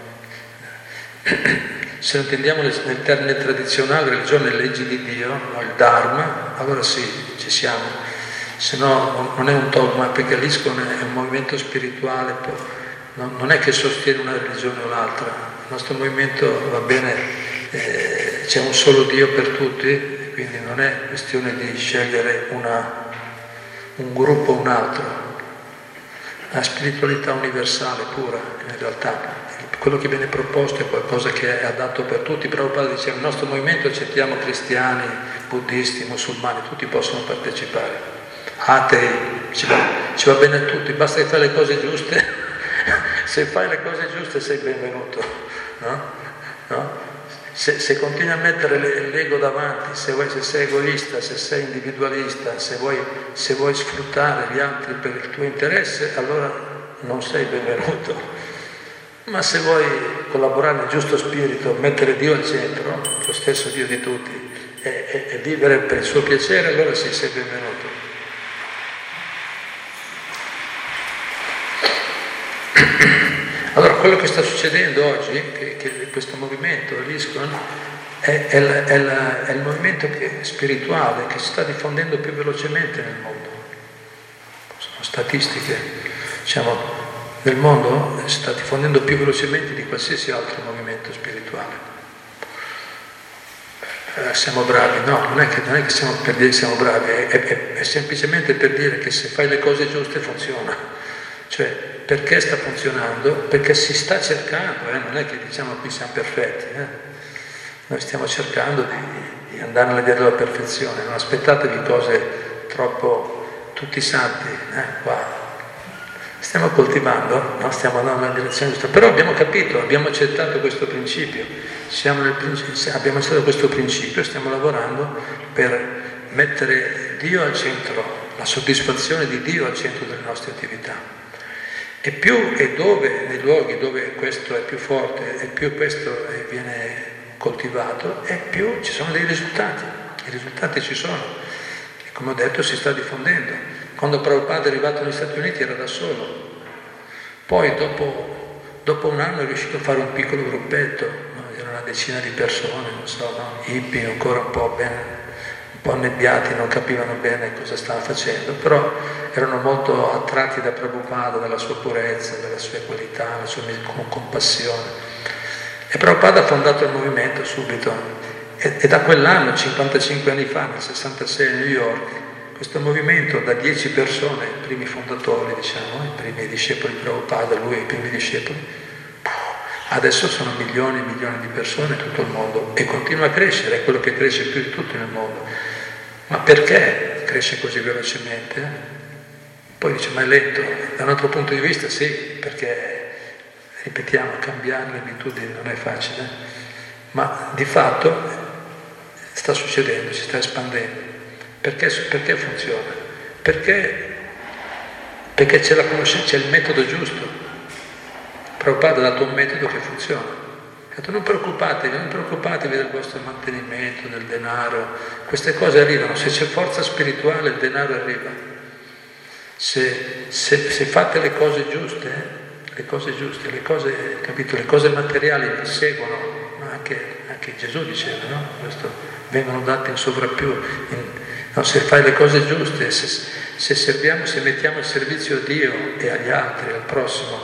Speaker 1: Se lo intendiamo nel termine tradizionale, religione è legge di Dio, no? Il Dharma, allora sì, ci siamo. Se no non è un dogma, perché l'ISKCON è un movimento spirituale, non è che sostiene una religione o l'altra. Il nostro movimento va bene, eh, c'è un solo Dio per tutti, quindi non è questione di scegliere una, un gruppo o un altro. La spiritualità universale pura, in realtà. Quello che viene proposto è qualcosa che è adatto per tutti. Prabhupada diceva, nel nostro movimento accettiamo cristiani, buddisti, musulmani, tutti possono partecipare. Atei, ci va, ci va bene a tutti, basta che fai le cose giuste. Se fai le cose giuste sei benvenuto, no? No? Se, se continui a mettere l'ego davanti, se, vuoi, se sei egoista, se sei individualista, se vuoi, se vuoi sfruttare gli altri per il tuo interesse, allora non sei benvenuto. Ma se vuoi collaborare nel giusto spirito, mettere Dio al centro, lo stesso Dio di tutti, e, e, e vivere per il suo piacere, allora sì, sei benvenuto. Allora, quello che sta succedendo oggi, che, che questo movimento, l'ISKCON, è, è, la, è, la, è il movimento che, spirituale che si sta diffondendo più velocemente nel mondo. Sono statistiche, diciamo, nel mondo si sta diffondendo più velocemente di qualsiasi altro movimento spirituale. Eh, siamo bravi? No, non è, che, non è che siamo per dire che siamo bravi, è, è, è semplicemente per dire che se fai le cose giuste funziona. Cioè, perché sta funzionando? Perché si sta cercando, eh? Non è che diciamo qui siamo perfetti, eh? Noi stiamo cercando di, di andare nella via della perfezione, non aspettatevi cose troppo tutti santi, eh? Qua stiamo coltivando, no? Stiamo andando nella direzione giusta, però abbiamo capito, abbiamo accettato questo principio, siamo nel principio, abbiamo accettato questo principio e stiamo lavorando per mettere Dio al centro, la soddisfazione di Dio al centro delle nostre attività. E più e dove, nei luoghi dove questo è più forte e più questo viene coltivato, e più ci sono dei risultati. I risultati ci sono. E come ho detto si sta diffondendo. Quando Prabhupada è arrivato negli Stati Uniti era da solo. Poi dopo, dopo un anno è riuscito a fare un piccolo gruppetto, no? Era una decina di persone, non so, no? Hippie ancora un po' ben... un po' annebbiati, non capivano bene cosa stava facendo, però erano molto attratti da Prabhupada, dalla sua purezza, dalle sue qualità, dalla sua compassione. E Prabhupada ha fondato il movimento subito. E, e da quell'anno, cinquantacinque anni fa, nel sessantasei a New York, questo movimento da dieci persone, i primi fondatori, diciamo, i primi discepoli di Prabhupada, lui e i primi discepoli, adesso sono milioni e milioni di persone in tutto il mondo e continua a crescere, è quello che cresce più di tutto nel mondo. Ma perché cresce così velocemente? Poi dice, ma è lento. Da un altro punto di vista sì, perché, ripetiamo, cambiare le abitudini non è facile, ma di fatto sta succedendo, si sta espandendo. Perché, perché funziona? Perché, perché c'è la conoscenza, c'è il metodo giusto. Prabhupada ha dato un metodo che funziona. Ha detto, non preoccupatevi, non preoccupatevi del vostro mantenimento, del denaro, queste cose arrivano, se c'è forza spirituale il denaro arriva. Se, se, se fate le cose giuste, le cose giuste, le cose, capito, le cose materiali vi seguono, ma anche, anche Gesù diceva, no? Questo, vengono date in sovrappiù. In, no? Se fai le cose giuste, se, se serviamo, se mettiamo il servizio a Dio e agli altri, al prossimo,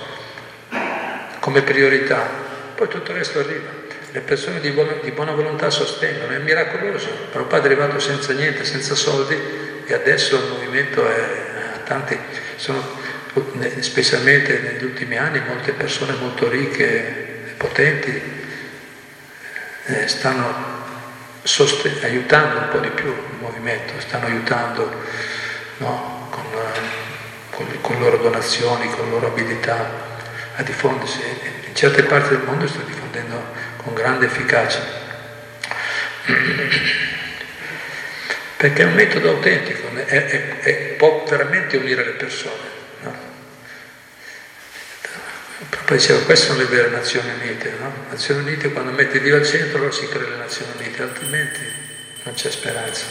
Speaker 1: come priorità, poi tutto il resto arriva. Le persone di buona, di buona volontà sostengono, è miracoloso. Prabhupada è arrivato senza niente, senza soldi, e adesso il movimento è tanti, sono specialmente negli ultimi anni molte persone molto ricche, potenti eh, stanno sosten- aiutando un po' di più il movimento, stanno aiutando, no? con, con, con le loro donazioni, con le loro abilità a diffondersi. In certe parti del mondo sta diffondendo con grande efficacia, perché è un metodo autentico, è, è, è, può veramente unire le persone, no? Poi diceva, queste sono le vere Nazioni Unite, no? Nazioni Unite, quando metti Dio al centro, allora si crea le Nazioni Unite, altrimenti non c'è speranza.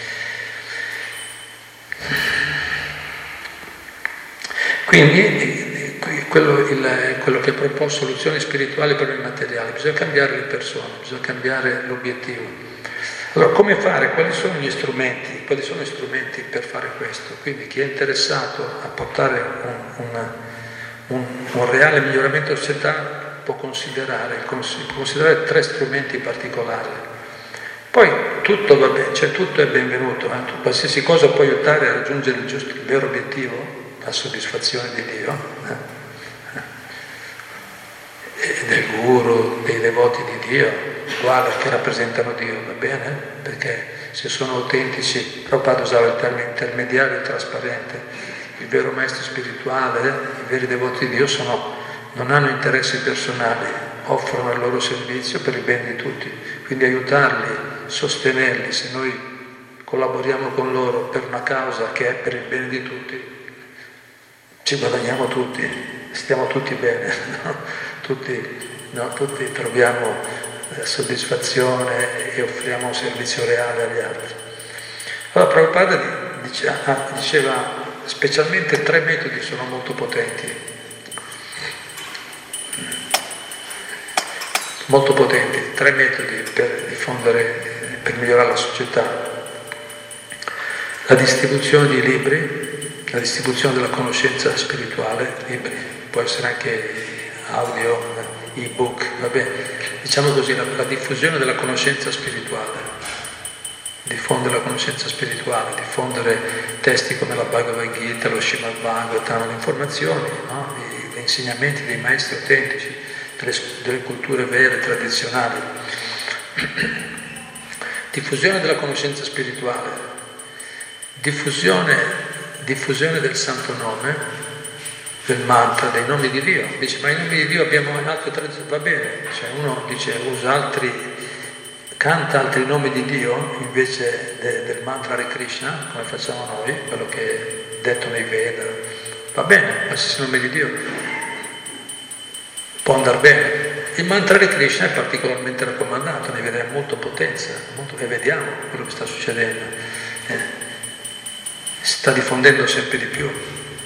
Speaker 1: Quindi quello, il, quello che propone soluzioni spirituali per il materiale, bisogna cambiare le persone, bisogna cambiare l'obiettivo. Allora, come fare? Quali sono gli strumenti? Quali sono gli strumenti per fare questo? Quindi chi è interessato a portare un, un Un, un reale miglioramento della società può considerare, può considerare tre strumenti particolari. Poi tutto va bene, cioè tutto è benvenuto, eh? Qualsiasi cosa può aiutare a raggiungere il giusto, il vero obiettivo, la soddisfazione di Dio, eh? E del guru, dei devoti di Dio, uguale, che rappresentano Dio, va bene? Perché se sono autentici, Prabhupada usava il termine intermediario e trasparente. Il vero maestro spirituale, i veri devoti di Dio sono, non hanno interessi personali, offrono il loro servizio per il bene di tutti, quindi aiutarli, sostenerli, se noi collaboriamo con loro per una causa che è per il bene di tutti, ci guadagniamo tutti, stiamo tutti bene, no? Tutti, no? Tutti troviamo soddisfazione e offriamo un servizio reale agli altri. Allora Prabhupada diceva, diceva specialmente tre metodi sono molto potenti, molto potenti, tre metodi per diffondere, per migliorare la società. La distribuzione di libri, la distribuzione della conoscenza spirituale, libri, può essere anche audio, ebook, va bene, diciamo così, la, la diffusione della conoscenza spirituale. Diffondere la conoscenza spirituale, diffondere testi come la Bhagavad Gita, lo Srimad Bhagavatam, le informazioni, no? Gli insegnamenti dei maestri autentici, delle, delle culture vere, tradizionali. Diffusione della conoscenza spirituale, diffusione, diffusione del santo nome, del mantra, dei nomi di Dio. Dice, ma i nomi di Dio abbiamo in altre tradizioni, va bene, cioè uno dice, usa altri, canta altri nomi di Dio invece de, del mantra Hare Krishna, come facciamo noi, quello che è detto nei Veda, va bene, qualsiasi nome di Dio può andare bene. Il mantra Hare Krishna è particolarmente raccomandato, ne vediamo molta potenza, molto, e vediamo quello che sta succedendo, eh, si sta diffondendo sempre di più.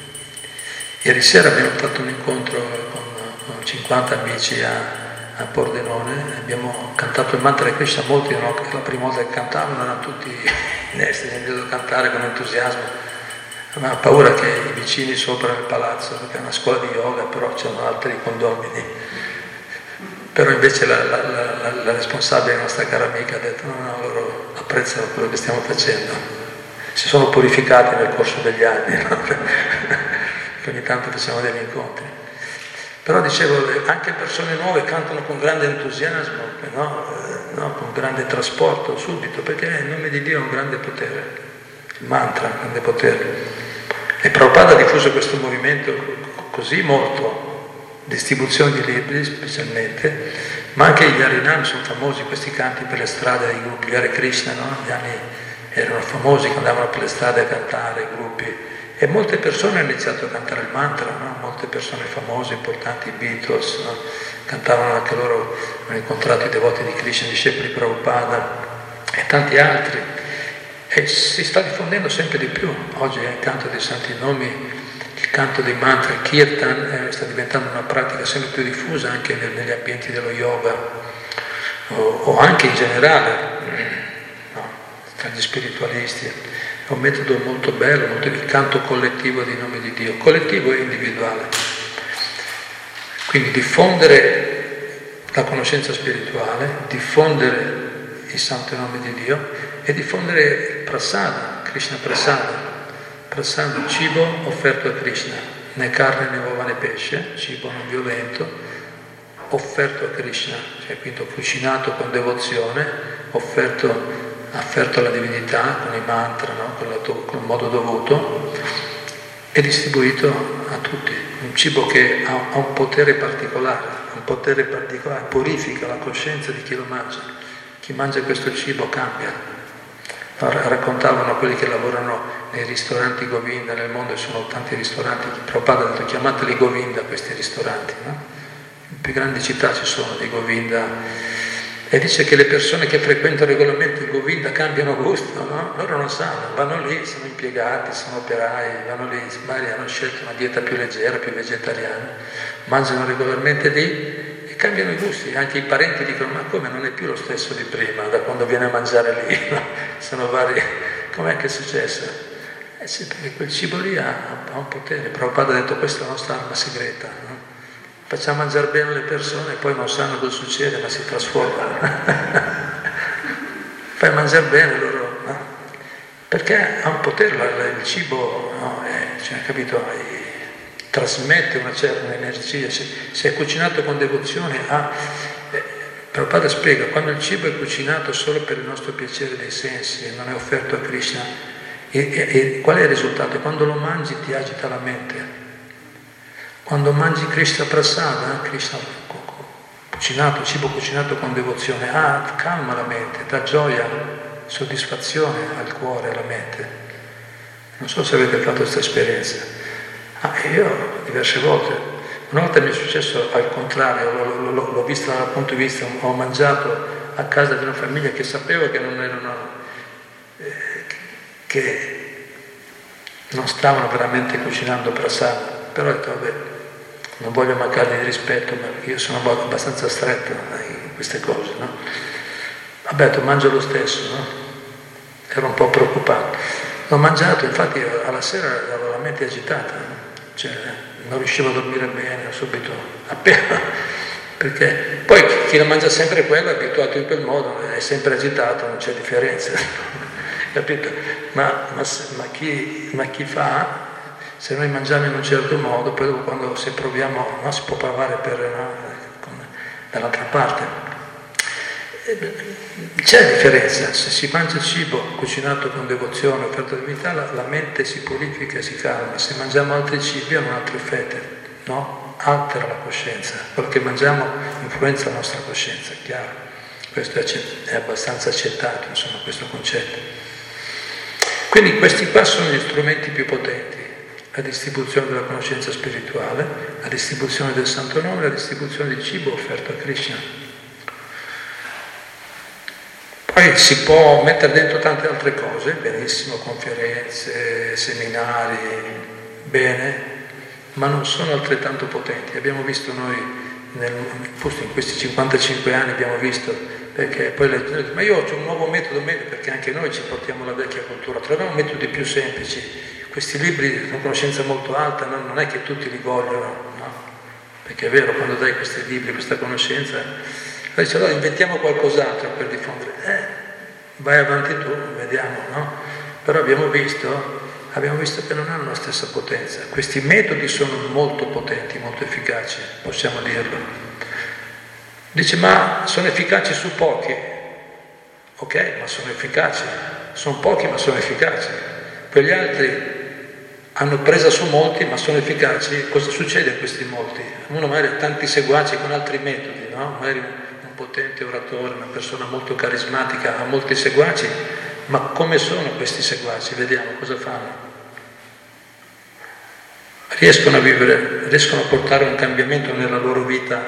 Speaker 1: Ieri sera abbiamo fatto un incontro con, con cinquanta amici a a Pordenone, abbiamo cantato il mantra di Krishna, molti no, la prima volta che cantavano erano tutti in estasi, hanno iniziato a cantare con entusiasmo, avevano paura che i vicini sopra nel palazzo, perché è una scuola di yoga, però c'erano altri condomini, però invece la, la, la, la responsabile, la nostra cara amica, ha detto no, no, loro apprezzano quello che stiamo facendo, si sono purificati nel corso degli anni, no? Ogni tanto facciamo degli incontri. Però dicevo, anche persone nuove cantano con grande entusiasmo, no? No? Con grande trasporto subito, perché il nome di Dio ha un grande potere, il mantra ha un grande potere. E Prabhupada ha diffuso questo movimento così molto, distribuzione di libri specialmente, ma anche gli Harinam sono famosi, questi canti per le strade dei gruppi, gli Hare Krishna, no? Gli anni erano famosi che andavano per le strade a cantare, i gruppi. E molte persone hanno iniziato a cantare il mantra, no? Molte persone famose, importanti, i Beatles, no? Cantavano anche loro, hanno incontrato i devoti di Krishna, i discepoli di Prabhupada e tanti altri. E si sta diffondendo sempre di più. Oggi il canto dei santi nomi, il canto dei mantra, il kirtan, eh, sta diventando una pratica sempre più diffusa anche nel, negli ambienti dello yoga o, o anche in generale, no? Tra gli spiritualisti. È un metodo molto bello, molto il canto collettivo dei nomi di Dio, collettivo e individuale. Quindi diffondere la conoscenza spirituale, diffondere il santo nome di Dio e diffondere il prasada, Krishna prasada. Prasada, cibo offerto a Krishna, né carne né uova né pesce, cibo non violento, offerto a Krishna, cioè quindi cucinato con devozione, offerto, offerto alla divinità con i mantra, no? con, la, con il modo dovuto, e distribuito a tutti. Un cibo che ha, ha un potere particolare, un potere particolare, purifica la coscienza di chi lo mangia. Chi mangia questo cibo cambia. Raccontavano quelli che lavorano nei ristoranti Govinda nel mondo, e sono tanti ristoranti, Prabhupada ha detto chiamateli Govinda questi ristoranti, no? In più grandi città ci sono dei Govinda, e dice che le persone che frequentano regolarmente il Govinda cambiano gusto, no? Loro non sanno, vanno lì, sono impiegati, sono operai, vanno lì, magari hanno scelto una dieta più leggera, più vegetariana, mangiano regolarmente lì e cambiano i gusti. Anche i parenti dicono: ma come, non è più lo stesso di prima, da quando viene a mangiare lì, no? Sono vari, com'è che è successo? Eh sì, perché quel cibo lì ha, ha un potere. Prabhupada ha detto: questa è la nostra arma segreta, no? Facciamo mangiare bene le persone e poi non sanno cosa succede, ma si trasformano. Fai mangiare bene loro, no? Perché ha un potere, il cibo, no? È, cioè, capito? Trasmette una certa energia. Se, se è cucinato con devozione, ha... Eh, Prabhupada spiega: quando il cibo è cucinato solo per il nostro piacere dei sensi e non è offerto a Krishna, e, e, e qual è il risultato? Quando lo mangi ti agita la mente. Quando mangi Krishna Prasada, Krishna cucinato, cibo cucinato con devozione, ah, calma la mente, dà gioia, soddisfazione al cuore, alla mente. Non so se avete fatto questa esperienza. Ah, io diverse volte, una volta mi è successo al contrario, l'ho, l'ho, l'ho vista dal punto di vista, ho mangiato a casa di una famiglia che sapevo che non erano, eh, che non stavano veramente cucinando Prasada, però ho detto: vabbè, non voglio mancargli di rispetto, ma io sono abbastanza stretto in queste cose, no? Vabbè, ho detto, mangio lo stesso, no? Ero un po' preoccupato. L'ho mangiato, infatti alla sera avevo la mente agitata, no? Cioè, non riuscivo a dormire bene, subito, appena, perché poi chi la mangia sempre quello è abituato in quel modo, è sempre agitato, non c'è differenza, capito? Ma, ma, ma, chi, ma chi fa... Se noi mangiamo in un certo modo, poi dopo quando se proviamo, no, si può provare per, no, dall'altra parte. C'è differenza, se si mangia cibo cucinato con devozione, offerto di divinità, la, la mente si purifica e si calma. Se mangiamo altri cibi hanno un altro effetto, no? Altera la coscienza. Quello che mangiamo influenza la nostra coscienza, chiaro. Questo è, è abbastanza accettato, insomma, questo concetto. Quindi questi qua sono gli strumenti più potenti. La distribuzione della conoscenza spirituale, la distribuzione del santo nome, la distribuzione di cibo offerto a Krishna. Poi si può mettere dentro tante altre cose, benissimo, conferenze, seminari, bene, ma non sono altrettanto potenti. Abbiamo visto noi, nel, in questi cinquantacinque anni abbiamo visto, perché poi le gente dice: ma io ho un nuovo metodo, perché anche noi ci portiamo la vecchia cultura, troviamo metodi più semplici. Questi libri con conoscenza molto alta, no? Non è che tutti li vogliono, no? Perché è vero, quando dai questi libri, questa conoscenza, dice: allora inventiamo qualcos'altro per diffondere. Eh, vai avanti tu, vediamo, no? Però abbiamo visto, abbiamo visto che non hanno la stessa potenza. Questi metodi sono molto potenti, molto efficaci, possiamo dirlo. Dice: ma sono efficaci su pochi. Ok, ma sono efficaci. Sono pochi, ma sono efficaci. Quegli altri hanno presa su molti, ma sono efficaci. Cosa succede a questi molti? Uno magari ha tanti seguaci con altri metodi, no? Magari un potente oratore, una persona molto carismatica, ha molti seguaci, ma come sono questi seguaci? Vediamo cosa fanno. Riescono a vivere, riescono a portare un cambiamento nella loro vita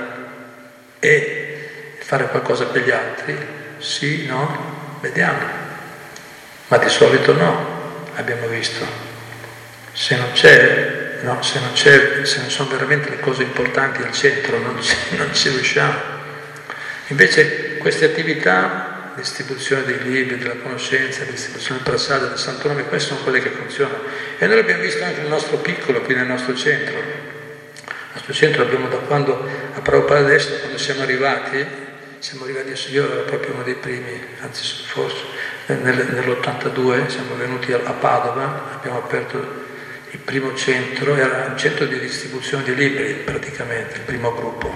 Speaker 1: e fare qualcosa per gli altri? Sì, no? Vediamo. Ma di solito no, abbiamo visto. Se non c'è, no, se non c'è, se non sono veramente le cose importanti al centro, non ci, non ci riusciamo. Invece queste attività, distribuzione dei libri, della conoscenza, distribuzione del prasada, del santo nome, queste sono quelle che funzionano. E noi l'abbiamo visto anche nel nostro piccolo, qui nel nostro centro. Il nostro centro l'abbiamo da quando, a Prabhupada adesso, quando siamo arrivati, siamo arrivati, io ero proprio uno dei primi, anzi forse, nell'ottantadue siamo venuti a Padova, abbiamo aperto il primo centro, era un centro di distribuzione di libri praticamente, il primo gruppo.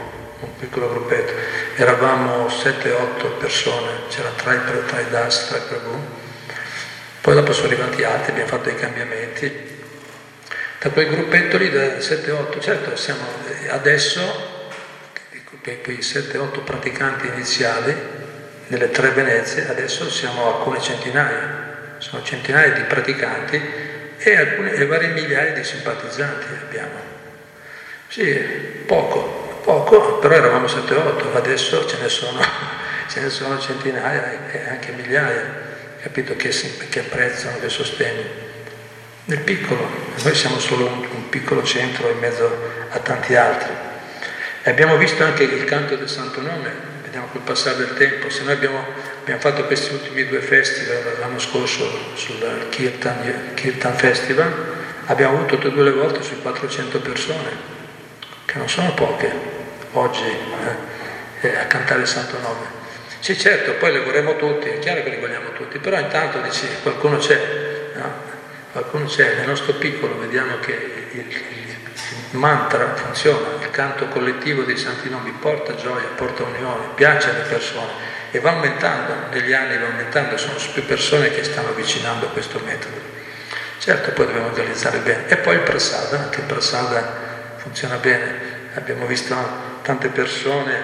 Speaker 1: un piccolo gruppetto, eravamo sette otto persone, c'era tra i, tra i Das, tra i Prabhu, poi dopo sono arrivati altri, abbiamo fatto dei cambiamenti. Da quel gruppetto lì, da sette otto, certo siamo adesso, quei sette otto praticanti iniziali, nelle tre Venezie, adesso siamo alcune centinaia, sono centinaia di praticanti e, alcune, e varie migliaia di simpatizzanti abbiamo. Sì, poco, poco, però eravamo sette otto, adesso ce ne sono, ce ne sono centinaia e anche migliaia, capito, che, che apprezzano, che sostengono. Nel piccolo, noi siamo solo un, un piccolo centro in mezzo a tanti altri. E abbiamo visto anche il canto del Santo Nome, vediamo col passare del tempo. Se noi abbiamo, abbiamo fatto questi ultimi due festival l'anno scorso sul Kirtan, Kirtan Festival, abbiamo avuto tutte e due le volte sui quattrocento persone, che non sono poche oggi, eh, a cantare il Santo Nome. Sì, certo, poi le vorremmo tutti, è chiaro che li vogliamo tutti, però intanto dici, qualcuno c'è, no? Qualcuno c'è, nel nostro piccolo vediamo che il, il, il mantra funziona, il canto collettivo dei santi nomi porta gioia, porta unione, piace alle persone e va aumentando, negli anni va aumentando, sono più persone che stanno avvicinando a questo metodo. Certo, poi dobbiamo organizzare bene. E poi il prasada, anche il prasada funziona bene. Abbiamo visto tante persone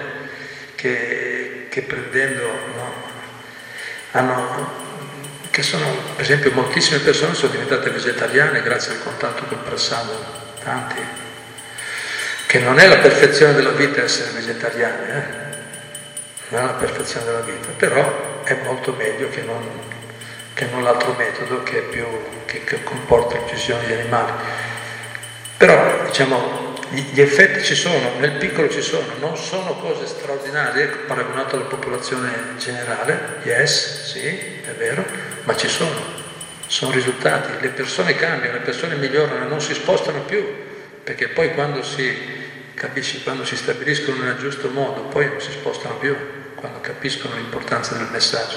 Speaker 1: che, che prendendo, no, hanno... che sono, per esempio, moltissime persone sono diventate vegetariane grazie al contatto col prasada, tanti, che non è la perfezione della vita essere vegetariani, eh? Non è la perfezione della vita, però è molto meglio che non, che non l'altro metodo che, è più, che, che comporta l'uccisione di animali. Però, diciamo, gli effetti ci sono, nel piccolo ci sono, non sono cose straordinarie paragonato alla popolazione generale, yes, sì, è vero, ma ci sono, sono risultati, le persone cambiano, le persone migliorano, non si spostano più, perché poi quando si, capisci, quando si stabiliscono nel giusto modo, poi non si spostano più, quando capiscono l'importanza del messaggio.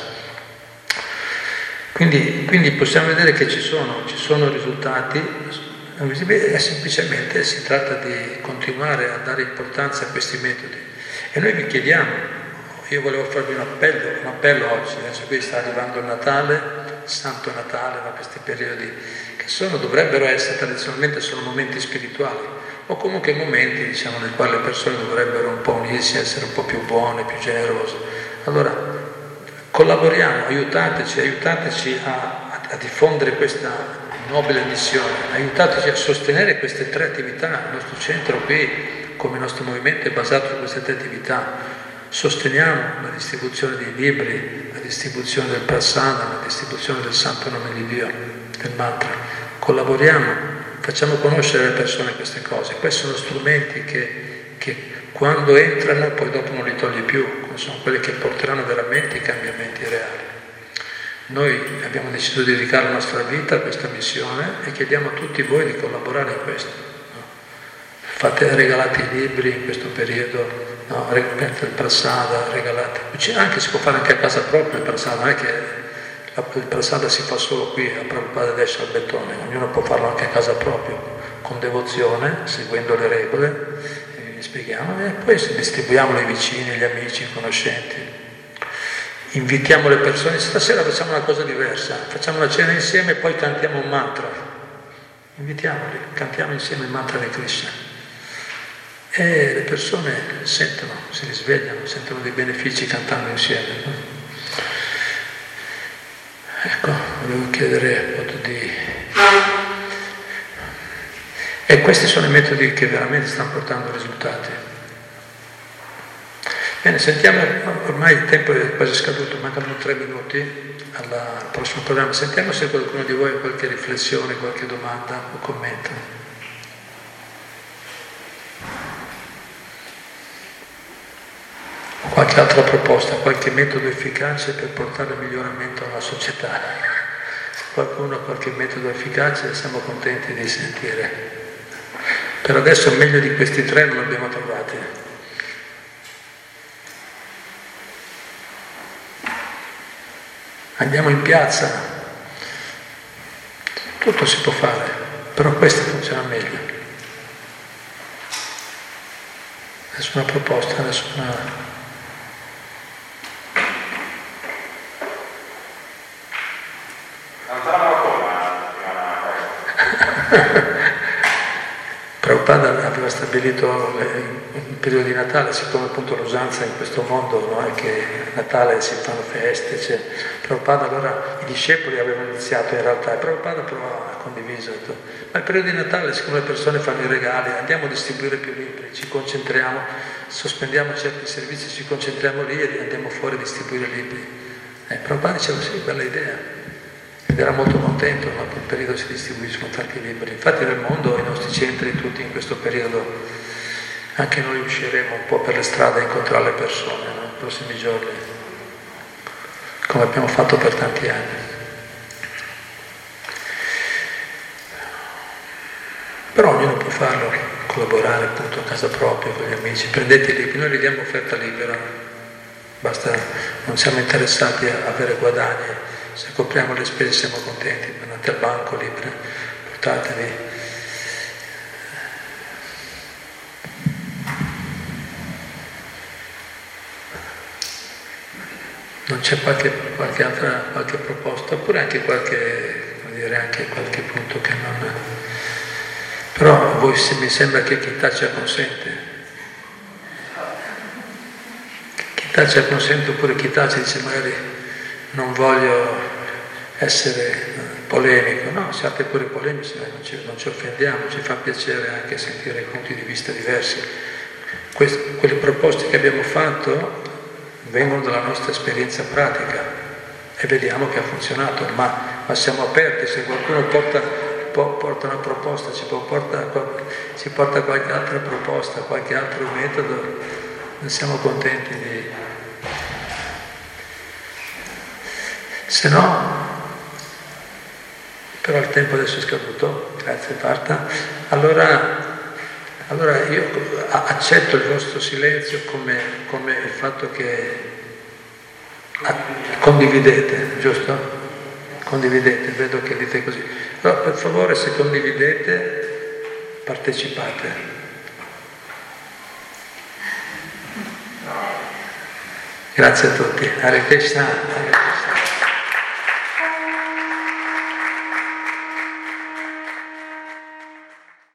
Speaker 1: Quindi, quindi possiamo vedere che ci sono, ci sono risultati, e semplicemente si tratta di continuare a dare importanza a questi metodi. E noi vi chiediamo, io volevo farvi un appello, un appello oggi, adesso qui sta arrivando il Natale, il Santo Natale, ma questi periodi che sono, dovrebbero essere, tradizionalmente sono momenti spirituali, o comunque momenti, diciamo, nel quali le persone dovrebbero un po' unirsi, essere un po' più buone, più generose. Allora, collaboriamo, aiutateci, aiutateci a, a, a diffondere questa nobile missione, aiutateci a sostenere queste tre attività. Il nostro centro qui, come il nostro movimento, è basato su queste tre attività. Sosteniamo la distribuzione dei libri, la distribuzione del prasada, la distribuzione del santo nome di Dio, del mantra. Collaboriamo, facciamo conoscere alle persone queste cose. Questi sono strumenti che, che quando entrano poi dopo non li togli più, sono quelli che porteranno veramente i cambiamenti reali. Noi abbiamo deciso di dedicare la nostra vita a questa missione e chiediamo a tutti voi di collaborare in questo. No? Fate, regalate i libri in questo periodo, no? Il prasada, regalate. Anche si può fare anche a casa propria il prasada, non è che il prasada si fa solo qui a Prabhupada adesso al Bettone, ognuno può farlo anche a casa propria, con devozione, seguendo le regole, e vi spieghiamo, e poi distribuiamolo ai vicini, agli amici, ai conoscenti. Invitiamo le persone, stasera facciamo una cosa diversa, facciamo una cena insieme e poi cantiamo un mantra. Invitiamoli, cantiamo insieme il mantra di Krishna. E le persone sentono, si risvegliano, sentono dei benefici cantando insieme. Ecco, volevo chiedere appunto di... E questi sono i metodi che veramente stanno portando risultati. Bene, sentiamo, ormai il tempo è quasi scaduto, mancano tre minuti alla, al prossimo programma. Sentiamo se qualcuno di voi ha qualche riflessione, qualche domanda o commento. O qualche altra proposta, qualche metodo efficace per portare miglioramento alla società. Se qualcuno ha qualche metodo efficace siamo contenti di sentire. Per adesso meglio di questi tre non abbiamo trovati. Andiamo in piazza, tutto si può fare, però questo funziona meglio. nessuna proposta, nessuna... Prabhupada aveva stabilito il periodo di Natale, siccome appunto l'usanza in questo mondo, no, è che a Natale si fanno feste, cioè, Prabhupada allora i discepoli avevano iniziato in realtà, e Prabhupada però ha condiviso, ha detto, ma il periodo di Natale, siccome le persone fanno i regali, andiamo a distribuire più libri, ci concentriamo, sospendiamo certi servizi, ci concentriamo lì e andiamo fuori a distribuire libri. E Prabhupada diceva sì, bella idea. Ed era molto contento, no, che in periodo si distribuiscono tanti libri. Infatti nel mondo, i nostri centri, tutti in questo periodo, anche noi usciremo un po' per le strade a incontrare le persone, no, nei prossimi giorni, come abbiamo fatto per tanti anni. Però ognuno può farlo, collaborare appunto a casa propria, con gli amici, prendete i libri, noi gli diamo offerta libera, basta, non siamo interessati a avere guadagni. Se copriamo le spese siamo contenti, andate al banco, libri, portatevi. Non c'è qualche, qualche altra qualche proposta, oppure anche qualche, come dire, anche qualche punto che non... Però a voi mi sembra che chi taccia consente. Chi taccia consente, oppure chi taccia dice magari non voglio essere polemico, no, siate pure polemici, non ci, non ci offendiamo, ci fa piacere anche sentire punti di vista diversi. Queste, quelle proposte che abbiamo fatto vengono dalla nostra esperienza pratica e vediamo che ha funzionato, ma, ma siamo aperti, se qualcuno porta, po, porta una proposta, ci, può, porta, ci porta qualche altra proposta, qualche altro metodo, noi siamo contenti di... Se no, però il tempo adesso è scaduto, grazie Parta, allora, allora io accetto il vostro silenzio come, come il fatto che condividete, giusto? Condividete, vedo che dite così. Però per favore, se condividete, partecipate. Grazie a tutti. Hare Krishna.